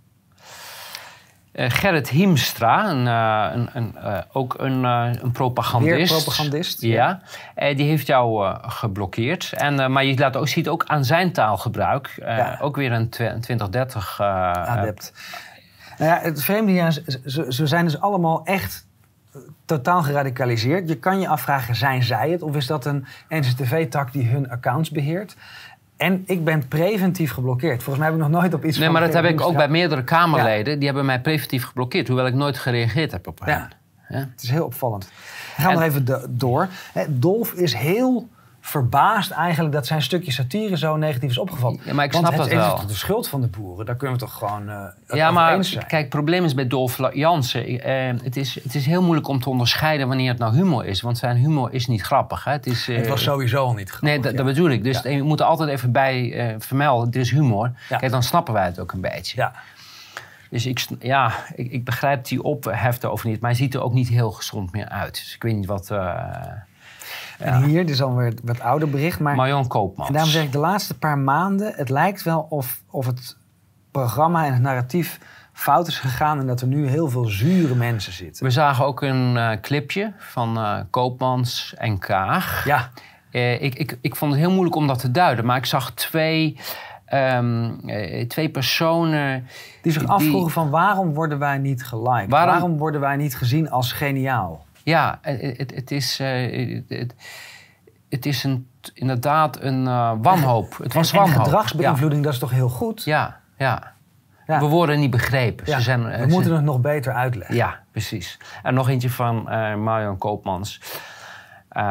Uh, Gerrit Hiemstra, een, uh, een, een, uh, ook een, uh, een propagandist. Weer propagandist. Ja, ja. Uh, die heeft jou uh, geblokkeerd. En, uh, maar je laat ook, ziet ook aan zijn taalgebruik, uh, ja. ook weer een twintig dertig uh, adept. Uh, nou ja, het vreemde hier, ze, ze zijn dus allemaal echt totaal geradicaliseerd. Je kan je afvragen, zijn zij het? Of is dat een N C T V-tak die hun accounts beheert? En ik ben preventief geblokkeerd. Volgens mij heb ik nog nooit op iets nee, van... Nee, maar dat heb ik ook bij meerdere Kamerleden. Ja. Die hebben mij preventief geblokkeerd. Hoewel ik nooit gereageerd heb op hen. Ja. Ja? Het is heel opvallend. We gaan en... nog even de, door. Dolf is heel verbaasd eigenlijk dat zijn stukje satire zo negatief is opgevallen. Ja, maar ik Want snap het dat wel. Het is de schuld van de boeren. Daar kunnen we toch gewoon uh, ja, maar eens zijn. Kijk, het probleem is bij Dolf Jansen. Uh, het, is, het is heel moeilijk om te onderscheiden wanneer het nou humor is. Want zijn humor is niet grappig. Hè? Het, is, uh, het was sowieso al niet grappig. Nee, d- ja. dat bedoel ik. Dus ja. je moet er altijd even bij uh, vermelden. Het is humor. Ja. Kijk, dan snappen wij het ook een beetje. Ja. Dus ik, ja, ik, ik begrijp die ophef erover niet. Maar hij ziet er ook niet heel gezond meer uit. Dus ik weet niet wat... Uh, En ja. hier, dit is alweer wat ouder bericht. Maar Marion Koopmans. En daarom zeg ik, de laatste paar maanden... het lijkt wel of, of het programma en het narratief fout is gegaan... en dat er nu heel veel zure mensen zitten. We zagen ook een uh, clipje van uh, Koopmans en Kaag. Ja. Uh, ik, ik, ik vond het heel moeilijk om dat te duiden. Maar ik zag twee, um, uh, twee personen... Die zich afvroegen van waarom worden wij niet geliked? Waarom, waarom worden wij niet gezien als geniaal? Ja, het, het, het, is, uh, het, het is een, inderdaad een uh, wanhoop. Het was en, en wanhoop. gedragsbeïnvloeding, ja. dat is toch heel goed? Ja, ja. ja. We worden niet begrepen. Ja. Ze zijn, we ze, moeten het nog beter uitleggen. Ja, precies. En nog eentje van uh, Marion Koopmans. Uh,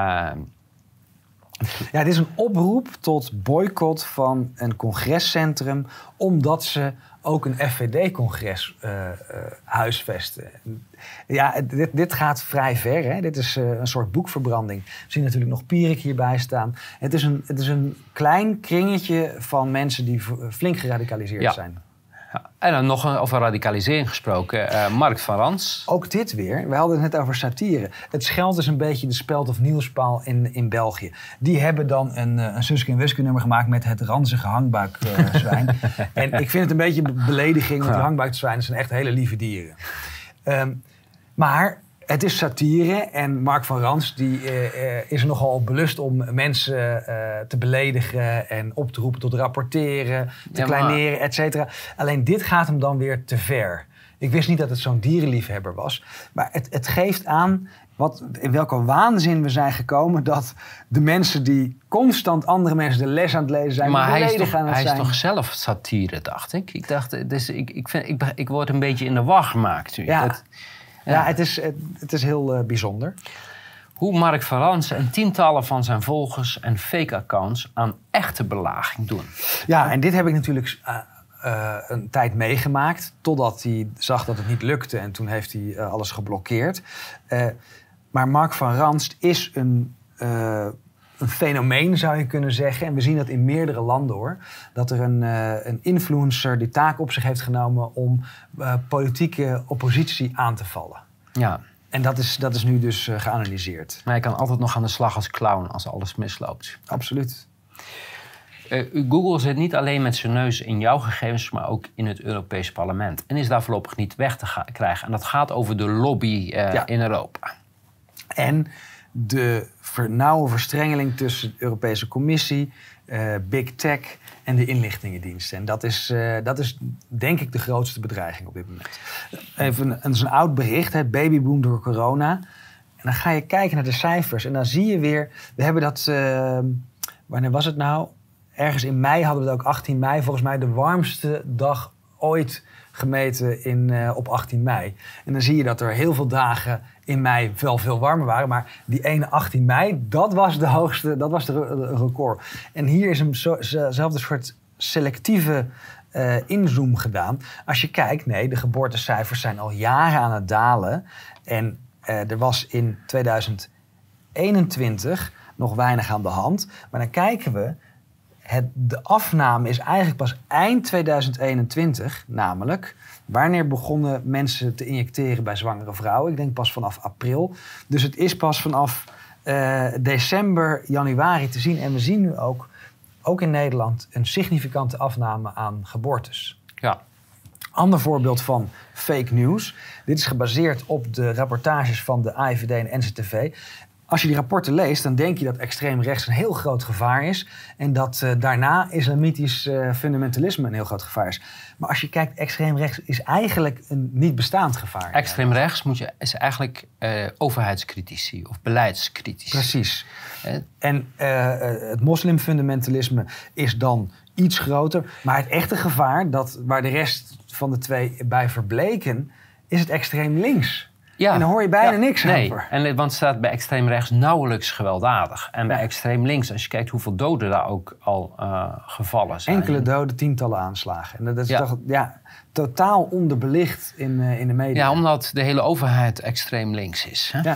ja, dit is een oproep tot boycott van een congrescentrum... omdat ze ook een F V D-congres uh, uh, huisvesten. Ja, dit, dit gaat vrij ver. Hè? Dit is uh, een soort boekverbranding. We zien natuurlijk nog Pierik hierbij staan. Het is een, het is een klein kringetje van mensen die v- flink geradicaliseerd ja. zijn. Ja. En dan nog een, over radicalisering gesproken. Uh, Mark van Rans. Ook dit weer. We hadden het net over satire. Het Scheld is een beetje de Speld of Nielspaal in, in België. Die hebben dan een, een Suske en Wiske nummer gemaakt met het ranzige hangbuikzwijn. Uh, en ik vind het een beetje een belediging, want die hangbuikzwijnen zijn echt hele lieve dieren. Um, maar het is satire en Mark van Rans die, uh, uh, is er nogal belust om mensen uh, te beledigen en op te roepen tot rapporteren, te ja, kleineren, et cetera. Alleen dit gaat hem dan weer te ver. Ik wist niet dat het zo'n dierenliefhebber was. Maar het, het geeft aan wat, in welke waanzin we zijn gekomen dat de mensen die constant andere mensen de les aan het lezen zijn, maar hij is toch, aan het hij zijn. is toch zelf satire, dacht ik. Ik dacht, dus ik, ik, vind, ik, ik word een beetje in de war gemaakt. Ja. Dat, Ja, ja het, is, het, het is heel uh, bijzonder. Hoe Mark van Rans en tientallen van zijn volgers en fake-accounts aan echte belaging doen. Ja, en dit heb ik natuurlijk uh, uh, een tijd meegemaakt. Totdat hij zag dat het niet lukte en toen heeft hij uh, alles geblokkeerd. Uh, maar Mark van Rans is een... Uh, Een fenomeen zou je kunnen zeggen. En we zien dat in meerdere landen hoor. Dat er een, uh, een influencer die taak op zich heeft genomen om uh, politieke oppositie aan te vallen. Ja. En dat is, dat is nu dus uh, geanalyseerd. Maar je kan altijd nog aan de slag als clown als alles misloopt. Absoluut. Uh, Google zit niet alleen met zijn neus in jouw gegevens, maar ook in het Europees Parlement. En is daar voorlopig niet weg te ga- krijgen. En dat gaat over de lobby uh, ja. in Europa. En de nauwe verstrengeling tussen de Europese Commissie, uh, Big Tech en de inlichtingendiensten. En dat is, uh, dat is denk ik de grootste bedreiging op dit moment. Even een, een oud bericht, hè, babyboom door corona. En dan ga je kijken naar de cijfers en dan zie je weer, we hebben dat, uh, wanneer was het nou? Ergens in mei hadden we het ook, achttien mei, volgens mij de warmste dag ooit gemeten in, uh, op achttien mei. En dan zie je dat er heel veel dagen in mei wel veel warmer waren. Maar die ene achttien mei, dat was de hoogste, dat was de record. En hier is een zo'nzelfde soort selectieve uh, inzoom gedaan. Als je kijkt, nee, de geboortecijfers zijn al jaren aan het dalen. En uh, er was in tweeduizend eenentwintig nog weinig aan de hand. Maar dan kijken we, Het, de afname is eigenlijk pas eind tweeduizend eenentwintig, namelijk wanneer begonnen mensen te injecteren bij zwangere vrouwen. Ik denk pas vanaf april. Dus het is pas vanaf uh, december, januari te zien. En we zien nu ook, ook in Nederland, een significante afname aan geboortes. Ja. Ander voorbeeld van fake news. Dit is gebaseerd op de rapportages van de A I V D en N C T V. Als je die rapporten leest, dan denk je dat extreem rechts een heel groot gevaar is. En dat uh, daarna islamitisch uh, fundamentalisme een heel groot gevaar is. Maar als je kijkt, extreem rechts is eigenlijk een niet bestaand gevaar. Extreem rechts moet je, is eigenlijk uh, overheidscritici of beleidscritici. Precies. Uh, en uh, het moslimfundamentalisme is dan iets groter. Maar het echte gevaar, dat, waar de rest van de twee bij verbleken, is het extreem links. Ja. En dan hoor je bijna ja. niks nee. over. En, want het staat bij extreem rechts nauwelijks gewelddadig. En bij ja. extreem links, als je kijkt hoeveel doden daar ook al uh, gevallen zijn. Enkele doden, tientallen aanslagen. En dat is ja. toch ja, totaal onderbelicht in, uh, in de media. Ja, omdat de hele overheid extreem links is. Hè? Ja.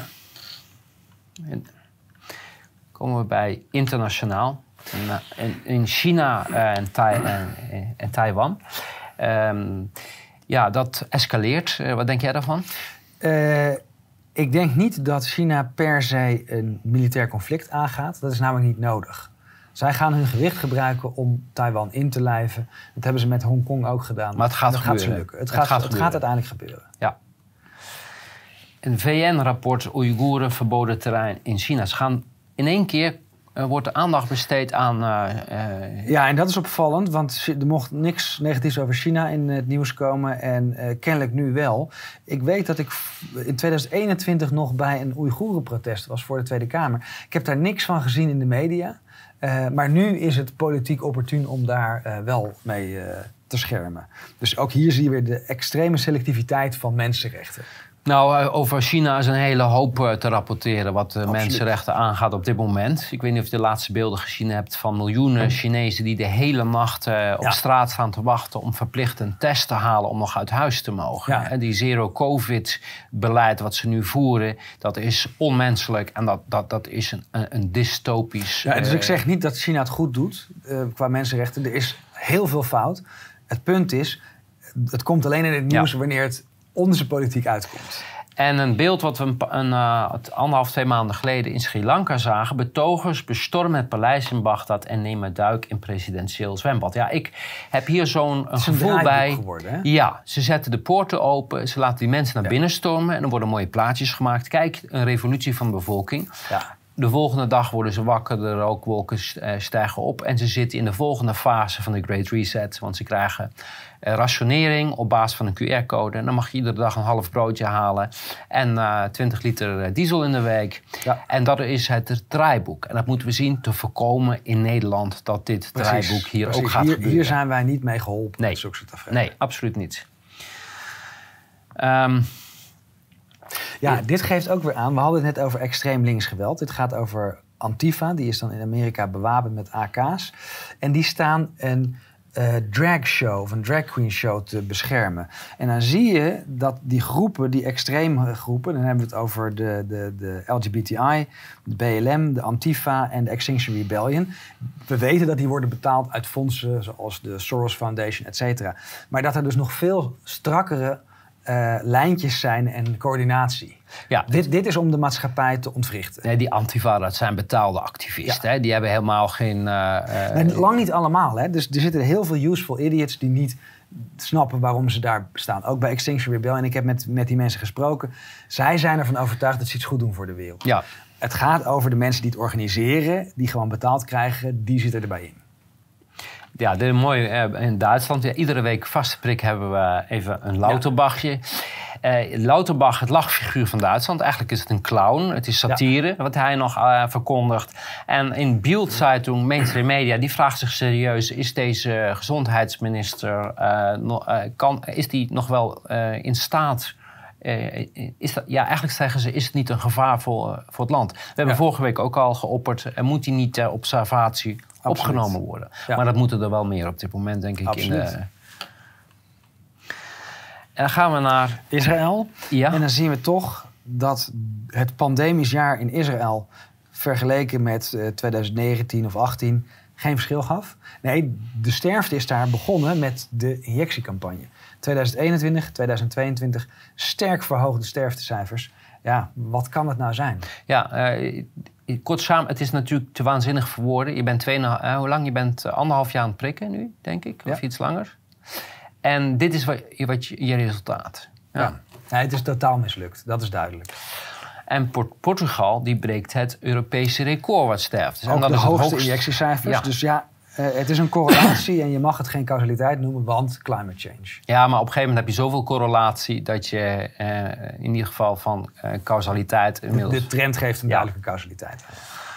En komen we bij internationaal. In, in China uh, en, Tai- en, en Taiwan. Um, ja, dat escaleert. Uh, wat denk jij daarvan? Uh, ik denk niet dat China per se een militair conflict aangaat. Dat is namelijk niet nodig. Zij gaan hun gewicht gebruiken om Taiwan in te lijven. Dat hebben ze met Hongkong ook gedaan. Maar het gaat dat gebeuren. gaat ze lukken. Het, het, gaat, gaat, het gaat uiteindelijk gebeuren. Ja. Een V N-rapport Oeigoeren verboden terrein in China. Ze gaan in één keer... Uh, wordt de aandacht besteed aan... Uh, uh... Ja, en dat is opvallend, want er mocht niks negatiefs over China in het nieuws komen en uh, kennelijk nu wel. Ik weet dat ik in tweeduizend eenentwintig nog bij een Oeigoerenprotest was voor de Tweede Kamer. Ik heb daar niks van gezien in de media, uh, maar nu is het politiek opportun om daar uh, wel mee uh, te schermen. Dus ook hier zie je weer de extreme selectiviteit van mensenrechten. Nou, over China is een hele hoop te rapporteren wat de Absoluut. mensenrechten aangaat op dit moment. Ik weet niet of je de laatste beelden gezien hebt van miljoenen Chinezen die de hele nacht uh, op ja. straat staan te wachten om verplicht een test te halen om nog uit huis te mogen. Ja. En die zero-covid-beleid wat ze nu voeren, dat is onmenselijk en dat, dat, dat is een, een dystopisch... Ja, dus uh, ik zeg niet dat China het goed doet uh, qua mensenrechten. Er is heel veel fout. Het punt is... het komt alleen in het nieuws Ja. wanneer het onze politiek uitkomt. En een beeld wat we een, een uh, anderhalf, twee maanden geleden in Sri Lanka zagen. Betogers bestormen het paleis in Bagdad en nemen duik in presidentieel zwembad. Ja, ik heb hier zo'n een gevoel bij. Geworden, hè? Ja, ze zetten de poorten open. Ze laten die mensen naar Ja. binnen stormen. En er worden mooie plaatjes gemaakt. Kijk, een revolutie van de bevolking. Ja. De volgende dag worden ze wakker, de rookwolken stijgen op. En ze zitten in de volgende fase van de Great Reset. Want ze krijgen uh, rationering op basis van een Q R-code. En dan mag je iedere dag een half broodje halen. En uh, twintig liter diesel in de week. Ja. En dat is het draaiboek. En dat moeten we zien te voorkomen in Nederland. Dat dit Precies, draaiboek hier precies. ook gaat hier, gebeuren. Hier zijn wij niet mee geholpen. Nee. Met zulke soort tafereelen. Nee, absoluut niet. Um, Ja, dit geeft ook weer aan. We hadden het net over extreem links geweld. Dit gaat over Antifa. Die is dan in Amerika bewapend met A K's. En die staan een uh, drag show of een drag queen show te beschermen. En dan zie je dat die groepen, die extreme groepen... dan hebben we het over de, de, de L G B T I, de B L M, de Antifa en de Extinction Rebellion. We weten dat die worden betaald uit fondsen zoals de Soros Foundation, et cetera. Maar dat er dus nog veel strakkere Uh, lijntjes zijn en coördinatie. Ja, dit, dit is om de maatschappij te ontwrichten. Nee, die Antifa, dat zijn betaalde activisten. Ja. Hè? Die hebben helemaal geen... Uh, nee, lang niet allemaal. Hè? Dus er zitten heel veel useful idiots die niet snappen waarom ze daar staan. Ook bij Extinction Rebellion. En ik heb met, met die mensen gesproken. Zij zijn ervan overtuigd dat ze iets goed doen voor de wereld. Ja. Het gaat over de mensen die het organiseren, die gewoon betaald krijgen, die zitten erbij in. Ja, dit is mooi. In Duitsland, ja, iedere week vaste prik hebben we even een Lauterbachje. Ja. Uh, Lauterbach, het lachfiguur van Duitsland. Eigenlijk is het een clown. Het is satire, ja. wat hij nog uh, verkondigt. En in Bild-Zeitung, mainstream media, die vraagt zich serieus... is deze gezondheidsminister, uh, no, uh, kan, is die nog wel uh, in staat... Uh, is dat, ja, eigenlijk zeggen ze, is het niet een gevaar voor, uh, voor het land? We hebben ja. vorige week ook al geopperd... er moet hij niet ter uh, observatie Absoluut. opgenomen worden. Ja. Maar dat moeten er wel meer op dit moment, denk ik. Absoluut. In de... En dan gaan we naar Israël. Ja. En dan zien we toch dat het pandemisch jaar in Israël... vergeleken met uh, twintig negentien of achttien geen verschil gaf. Nee, de sterfte is daar begonnen met de injectiecampagne. twintig eenentwintig, twintig tweeëntwintig, sterk verhoogde sterftecijfers. Ja, wat kan het nou zijn? Ja, uh, kort samen, het is natuurlijk te waanzinnig voor woorden. Je bent twee, uh, hoe lang? Je bent uh, anderhalf jaar aan het prikken nu, denk ik, of ja. iets langer. En dit is wat, wat je, je resultaat. Ja. Ja. Nee, het is totaal mislukt, dat is duidelijk. En Port- Portugal, die breekt het Europese record wat sterft. Ook en dat de is hoogste, hoogste injectiecijfers. Ja. Dus ja, uh, het is een correlatie en je mag het geen causaliteit noemen, want climate change. Ja, maar op een gegeven moment heb je zoveel correlatie... dat je uh, in ieder geval van uh, causaliteit... Inmiddels... De, de trend geeft een ja. duidelijke causaliteit.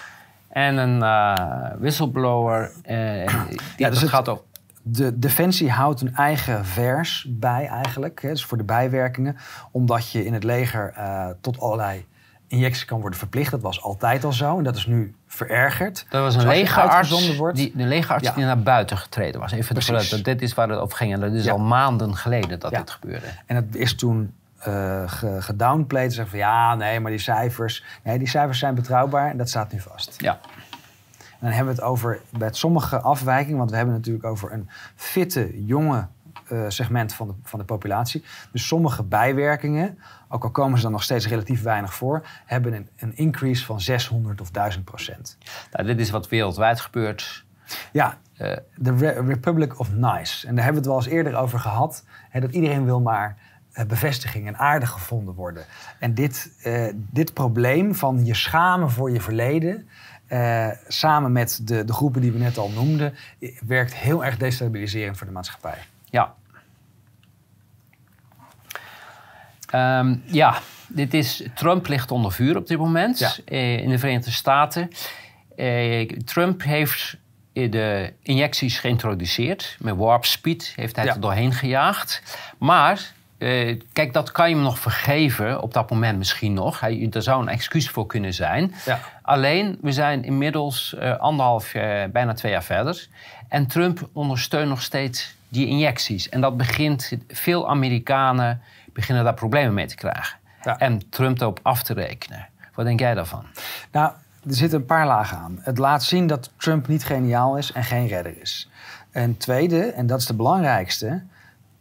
En een uh, whistleblower... Uh, die ja, dus het gaat over... De Defensie houdt een eigen vers bij eigenlijk. Hè, dus voor de bijwerkingen. Omdat je in het leger uh, tot allerlei injecties kan worden verplicht. Dat was altijd al zo en dat is nu verergerd. Dat was een dus legerarts, wordt, die, de legerarts ja. die naar buiten getreden was. Even dat dit is waar het over ging. En dat is ja. al maanden geleden dat ja. dit gebeurde. En het is toen uh, gedownplayed. Zeggen van ja, nee, maar die cijfers... Nee, die cijfers zijn betrouwbaar en dat staat nu vast. Ja. En dan hebben we het over bij sommige afwijkingen... want we hebben het natuurlijk over een fitte, jonge uh, segment van de, van de populatie. Dus sommige bijwerkingen, ook al komen ze dan nog steeds relatief weinig voor... hebben een, een increase van zeshonderd of duizend procent. Nou, dit is wat wereldwijd gebeurt. Ja, uh, de Re- Republic of Nice. En daar hebben we het wel eens eerder over gehad. Hè, dat iedereen wil maar uh, bevestiging en aardig gevonden worden. En dit, uh, dit probleem van je schamen voor je verleden... Uh, samen met de, de groepen die we net al noemden... werkt heel erg destabiliserend voor de maatschappij. Ja. Um, ja, dit is... Trump ligt onder vuur op dit moment ja. uh, in de Verenigde Staten. Uh, Trump heeft de injecties geïntroduceerd. Met warp speed heeft hij ja. er doorheen gejaagd. Maar... Uh, kijk, dat kan je hem nog vergeven, op dat moment misschien nog. Hij, er zou een excuus voor kunnen zijn. Ja. Alleen, we zijn inmiddels uh, anderhalf, uh, bijna twee jaar verder. En Trump ondersteunt nog steeds die injecties. En dat begint, veel Amerikanen beginnen daar problemen mee te krijgen. Ja. En Trump erop af te rekenen. Wat denk jij daarvan? Nou, er zitten een paar lagen aan. Het laat zien dat Trump niet geniaal is en geen redder is. En tweede, en dat is de belangrijkste...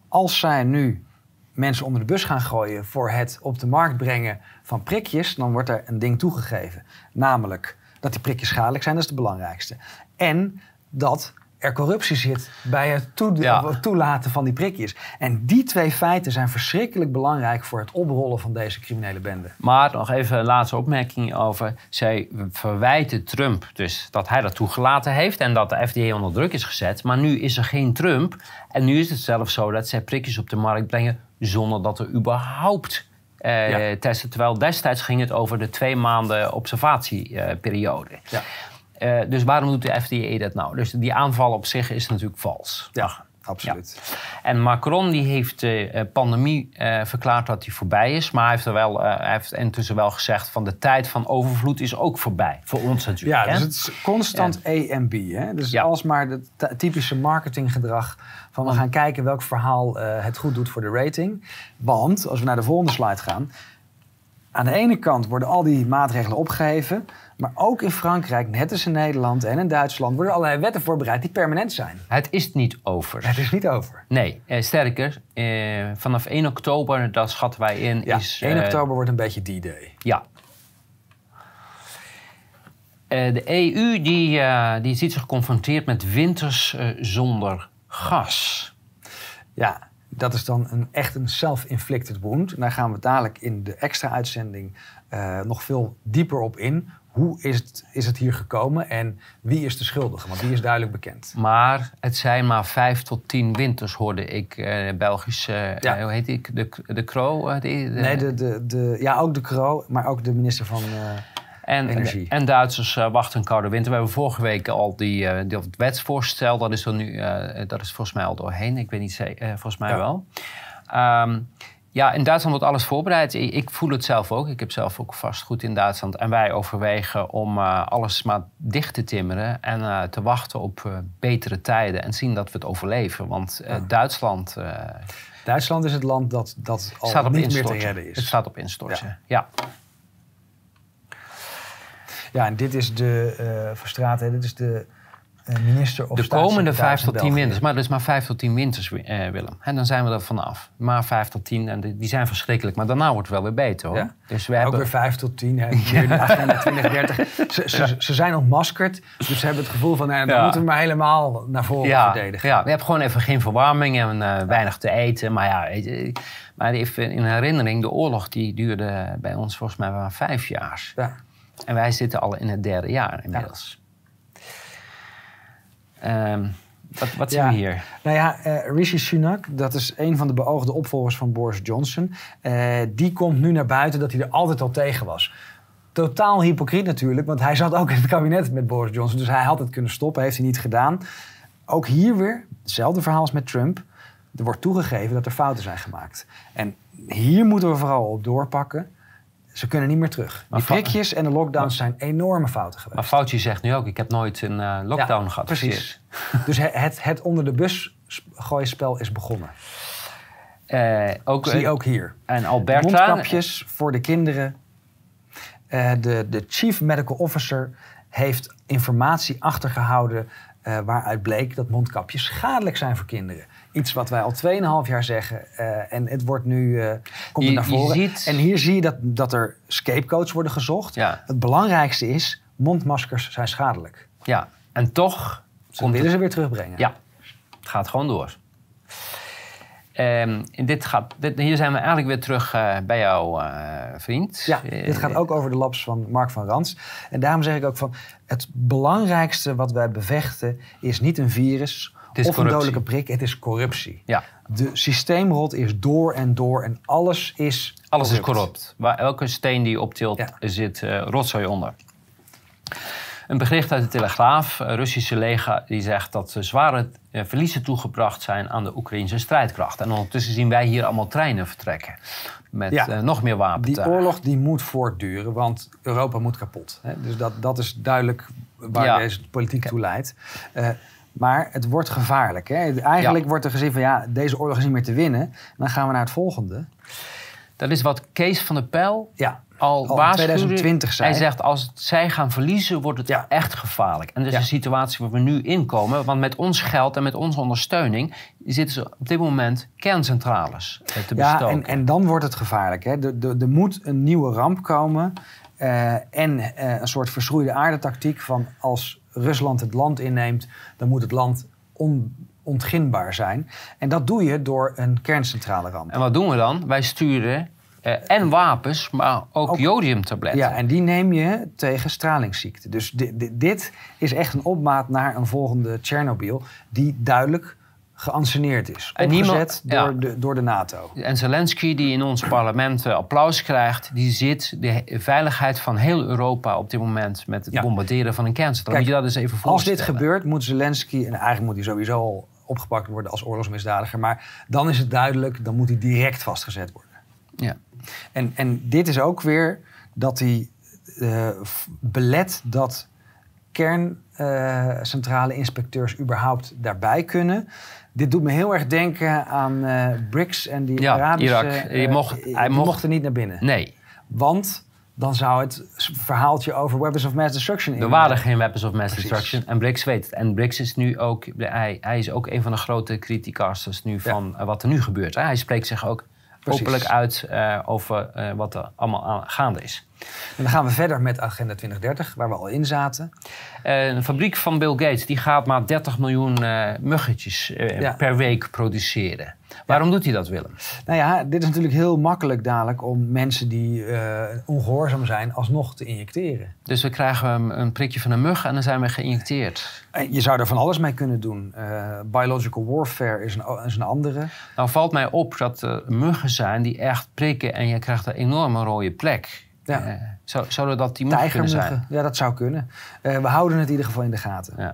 als zij nu mensen onder de bus gaan gooien voor het op de markt brengen van prikjes, dan wordt er een ding toegegeven. Namelijk dat die prikjes schadelijk zijn, dat is het belangrijkste. En dat er corruptie zit bij het toe- Ja. toelaten van die prikjes. En die twee feiten zijn verschrikkelijk belangrijk voor het oprollen van deze criminele bende. Maar nog even een laatste opmerking over. Zij verwijten Trump dus dat hij dat toegelaten heeft en dat de F D A onder druk is gezet. Maar nu is er geen Trump. En nu is het zelfs zo dat zij prikjes op de markt brengen zonder dat er überhaupt eh, Ja. testen. Terwijl destijds ging het over de twee maanden observatieperiode. Uh, Ja. Uh, dus waarom doet de F D A dat nou? Dus die aanval op zich is natuurlijk vals. Ja, absoluut. Ja. En Macron die heeft de uh, pandemie uh, verklaard dat die voorbij is. Maar hij heeft, er wel, uh, hij heeft intussen wel gezegd van de tijd van overvloed is ook voorbij. Voor ons natuurlijk. Ja, hè? dus het is constant ja. A en B. Hè? Dus Ja. alsmaar het t- typische marketinggedrag van we gaan kijken welk verhaal uh, het goed doet voor de rating. Want, als we naar de volgende slide gaan. Aan de ene kant worden al die maatregelen opgeheven. Maar ook in Frankrijk, net als in Nederland en in Duitsland, worden allerlei wetten voorbereid die permanent zijn. Het is niet over. Het is niet over. Nee, eh, sterker, eh, vanaf één oktober, dat schatten wij in, Ja, is... één uh, oktober wordt een beetje D-Day. Ja. Uh, de E U die, uh, die ziet zich geconfronteerd met winters uh, zonder gas. Ja, dat is dan een, echt een self-inflicted wound. En daar gaan we dadelijk in de extra uitzending uh, nog veel dieper op in. Hoe is het, is het hier gekomen en wie is de schuldige? Want die is duidelijk bekend. Maar het zijn maar vijf tot tien winters, hoorde ik uh, Belgische... Ja. Uh, hoe heet die? De, de Croo? Uh, die, de, nee, de, de, de, ja, ook de Croo, maar ook de minister van uh, en, Energie. En Duitsers uh, wachten een koude winter. We hebben vorige week al die, uh, die het wetsvoorstel. Dat is er nu, uh, dat is volgens mij al doorheen. Ik weet niet zeker, uh, volgens mij ja. wel. Um, Ja, in Duitsland wordt alles voorbereid. Ik voel het zelf ook. Ik heb zelf ook vastgoed in Duitsland. En wij overwegen om uh, alles maar dicht te timmeren en uh, te wachten op uh, betere tijden en zien dat we het overleven. Want uh, ja. Duitsland... Uh, Duitsland is het land dat, dat al staat op niet instorten. meer te redden is. Het staat op instorten, ja. ja. Ja, en dit is de uh, Verstraeten, dit is de... minister of de komende vijf tot tien winters. Maar dat is maar vijf tot tien winters, uh, Willem. En dan zijn we er vanaf. Maar vijf tot tien, en die zijn verschrikkelijk. Maar daarna wordt het wel weer beter, hoor. Ja? Dus we ook hebben... weer vijf tot tien. Hè. Ja. De agenda twintig dertig. Ze, ze, ja. ze zijn ontmaskerd. Dus ze hebben het gevoel van... Nou, dan ja. moeten we maar helemaal naar voren ja. verdedigen. Ja, we hebben gewoon even geen verwarming en uh, weinig te eten. Maar ja, weet je, maar even in herinnering... de oorlog die duurde bij ons volgens mij maar vijf jaar. Ja. En wij zitten al in het derde jaar inmiddels. Ja. Um, wat wat zien ja, we hier? Nou ja, uh, Rishi Sunak, dat is een van de beoogde opvolgers van Boris Johnson. Uh, die komt nu naar buiten dat hij er altijd al tegen was. Totaal hypocriet natuurlijk, want hij zat ook in het kabinet met Boris Johnson. Dus hij had het kunnen stoppen, heeft hij niet gedaan. Ook hier weer, hetzelfde verhaal als met Trump. Er wordt toegegeven dat er fouten zijn gemaakt. En hier moeten we vooral op doorpakken. Ze kunnen niet meer terug. Die prikjes en de lockdowns zijn enorme fouten geweest. Maar Fauci zegt nu ook, ik heb nooit een uh, lockdown ja, gehad. Precies. Dus het, het onder de bus gooispel is begonnen. Uh, ook, Zie je ook hier. En Alberta. Mondkapjes voor de kinderen. Uh, de, de chief medical officer heeft informatie achtergehouden... Uh, waaruit bleek dat mondkapjes schadelijk zijn voor kinderen. Iets wat wij al tweeënhalf jaar zeggen. Uh, en het wordt nu uh, komt je, naar voren. Ziet... En hier zie je dat, dat er scapegoats worden gezocht. Ja. Het belangrijkste is, mondmaskers zijn schadelijk. Ja, en toch... Ze willen het... ze weer terugbrengen. Ja, het gaat gewoon door. Um, dit gaat, dit, hier zijn we eigenlijk weer terug uh, bij jouw uh, vriend. Ja, uh, dit gaat ook over de labs van Mark van Rans. En daarom zeg ik ook van... het belangrijkste wat wij bevechten is niet een virus... of corruptie. Een dodelijke prik, het is corruptie. Ja. De systeemrot is door en door en alles is Alles corrupt. is corrupt. Waar elke steen die je optilt ja. zit uh, rotzooi onder. Een bericht uit de Telegraaf. Het Russische leger die zegt dat er zware uh, verliezen toegebracht zijn aan de Oekraïnse strijdkracht. En ondertussen zien wij hier allemaal treinen vertrekken. Met ja, uh, nog meer wapens. Die oorlog die moet voortduren, want Europa moet kapot. Hè? Dus dat, dat is duidelijk waar ja. deze politiek toe leidt. Uh, maar het wordt gevaarlijk. Hè? Eigenlijk ja. wordt er gezien van ja, deze oorlog is niet meer te winnen. Dan gaan we naar het volgende. Dat is wat Kees van der Pijl ja. al, al in tweeduizend twintig zei. Hij zegt, als zij gaan verliezen, wordt het Ja. echt gevaarlijk. En dat is Ja. de situatie waar we nu in komen. Want met ons geld en met onze ondersteuning zitten ze op dit moment kerncentrales eh, te Ja, bestoken. en, en dan wordt het gevaarlijk. Hè. Er, er, er moet een nieuwe ramp komen. Uh, en uh, een soort verschroeide aardetactiek van als Rusland het land inneemt, dan moet het land on, ontginbaar zijn. En dat doe je door een kerncentrale ramp. En wat doen we dan? Wij sturen uh, en wapens, maar ook, ook jodiumtabletten. Ja, en die neem je tegen stralingsziekte. Dus di- di- dit is echt een opmaat naar een volgende Tsjernobyl die duidelijk geanceneerd is. En Opgezet niemand- ja. door, de, door de NATO. En Zelensky, die in ons parlement uh, applaus krijgt, die zit de he- veiligheid van heel Europa op dit moment met het Ja. bombarderen van een kerncentrale. Kijk, Moet je dat eens even Als voorstellen? dit gebeurt, moet Zelensky, en eigenlijk moet hij sowieso al opgepakt worden als oorlogsmisdadiger, maar dan is het duidelijk, dan moet hij direct vastgezet worden. Ja. En, en dit is ook weer dat hij uh, belet dat kerncentrale uh, inspecteurs überhaupt daarbij kunnen. Dit doet me heel erg denken aan uh, B R I C S en die Ja, Arabische... Irak. Uh, Je mocht- die hij mocht- mochten niet naar binnen. Nee, Want dan zou het verhaaltje over weapons of mass destruction... er in- waren geen weapons of mass Precies. destruction. En B R I C S weet het. En B R I C S is nu ook... Hij, hij is ook een van de grote criticasters nu van uh, wat er nu gebeurt. Hè? Hij spreekt zich ook Precies. openlijk uit uh, over uh, wat er allemaal aan, gaande is. En dan gaan we verder met Agenda twintig dertig, waar we al in zaten. Uh, een fabriek van Bill Gates die gaat maar dertig miljoen uh, muggetjes uh, Ja. per week produceren. Waarom doet hij dat, Willem? Nou ja, dit is natuurlijk heel makkelijk dadelijk om mensen die uh, ongehoorzaam zijn alsnog te injecteren. Dus we krijgen een, een prikje van een mug en dan zijn we geïnjecteerd. En je zou er van alles mee kunnen doen. Uh, biological warfare is een, is een andere. Nou valt mij op dat er muggen zijn die echt prikken en je krijgt een enorme rode plek. Ja. Uh, zou, zouden dat die muggen kunnen zijn? Tijgermuggen, ja, dat zou kunnen. Uh, we houden het in ieder geval in de gaten. Ja.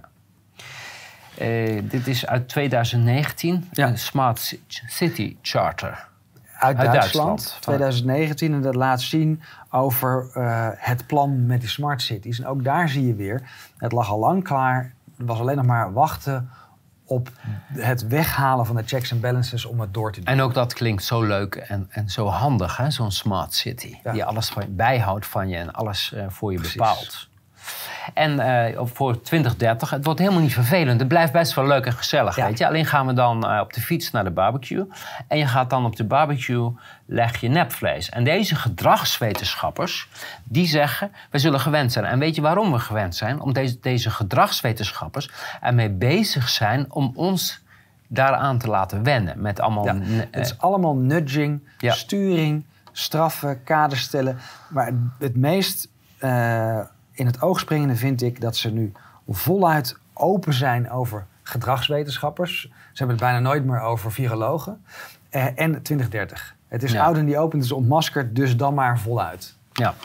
Uh, dit is uit tweeduizend negentien, Ja. een Smart City Charter. Uit, Uit Duitsland, Duitsland. twintig negentien. En dat laat zien over uh, het plan met die smart cities. En ook daar zie je weer, het lag al lang klaar. Er was alleen nog maar wachten op het weghalen van de checks en balances om het door te doen. En ook dat klinkt zo leuk en, en zo handig, hè? Zo'n smart city. Ja. Die alles van, bijhoudt van je en alles uh, voor je Precies. bepaalt. En uh, voor twintig dertig, het wordt helemaal niet vervelend. Het blijft best wel leuk en gezellig, Ja. weet je. Alleen gaan we dan uh, op de fiets naar de barbecue. En je gaat dan op de barbecue, leg je nepvlees. En deze gedragswetenschappers, die zeggen, we zullen gewend zijn. En weet je waarom we gewend zijn? Omdat deze, deze gedragswetenschappers ermee bezig zijn om ons daaraan te laten wennen. Met allemaal... Ja, ne- het is allemaal nudging, Ja. sturing, straffen, kaders stellen. Maar het, het meest uh, in het oog springende vind ik dat ze nu voluit open zijn over gedragswetenschappers. Ze hebben het bijna nooit meer over virologen. Uh, en twintig dertig. Het is Ja. oud en die open, het is ontmaskerd, dus dan maar voluit. Ja.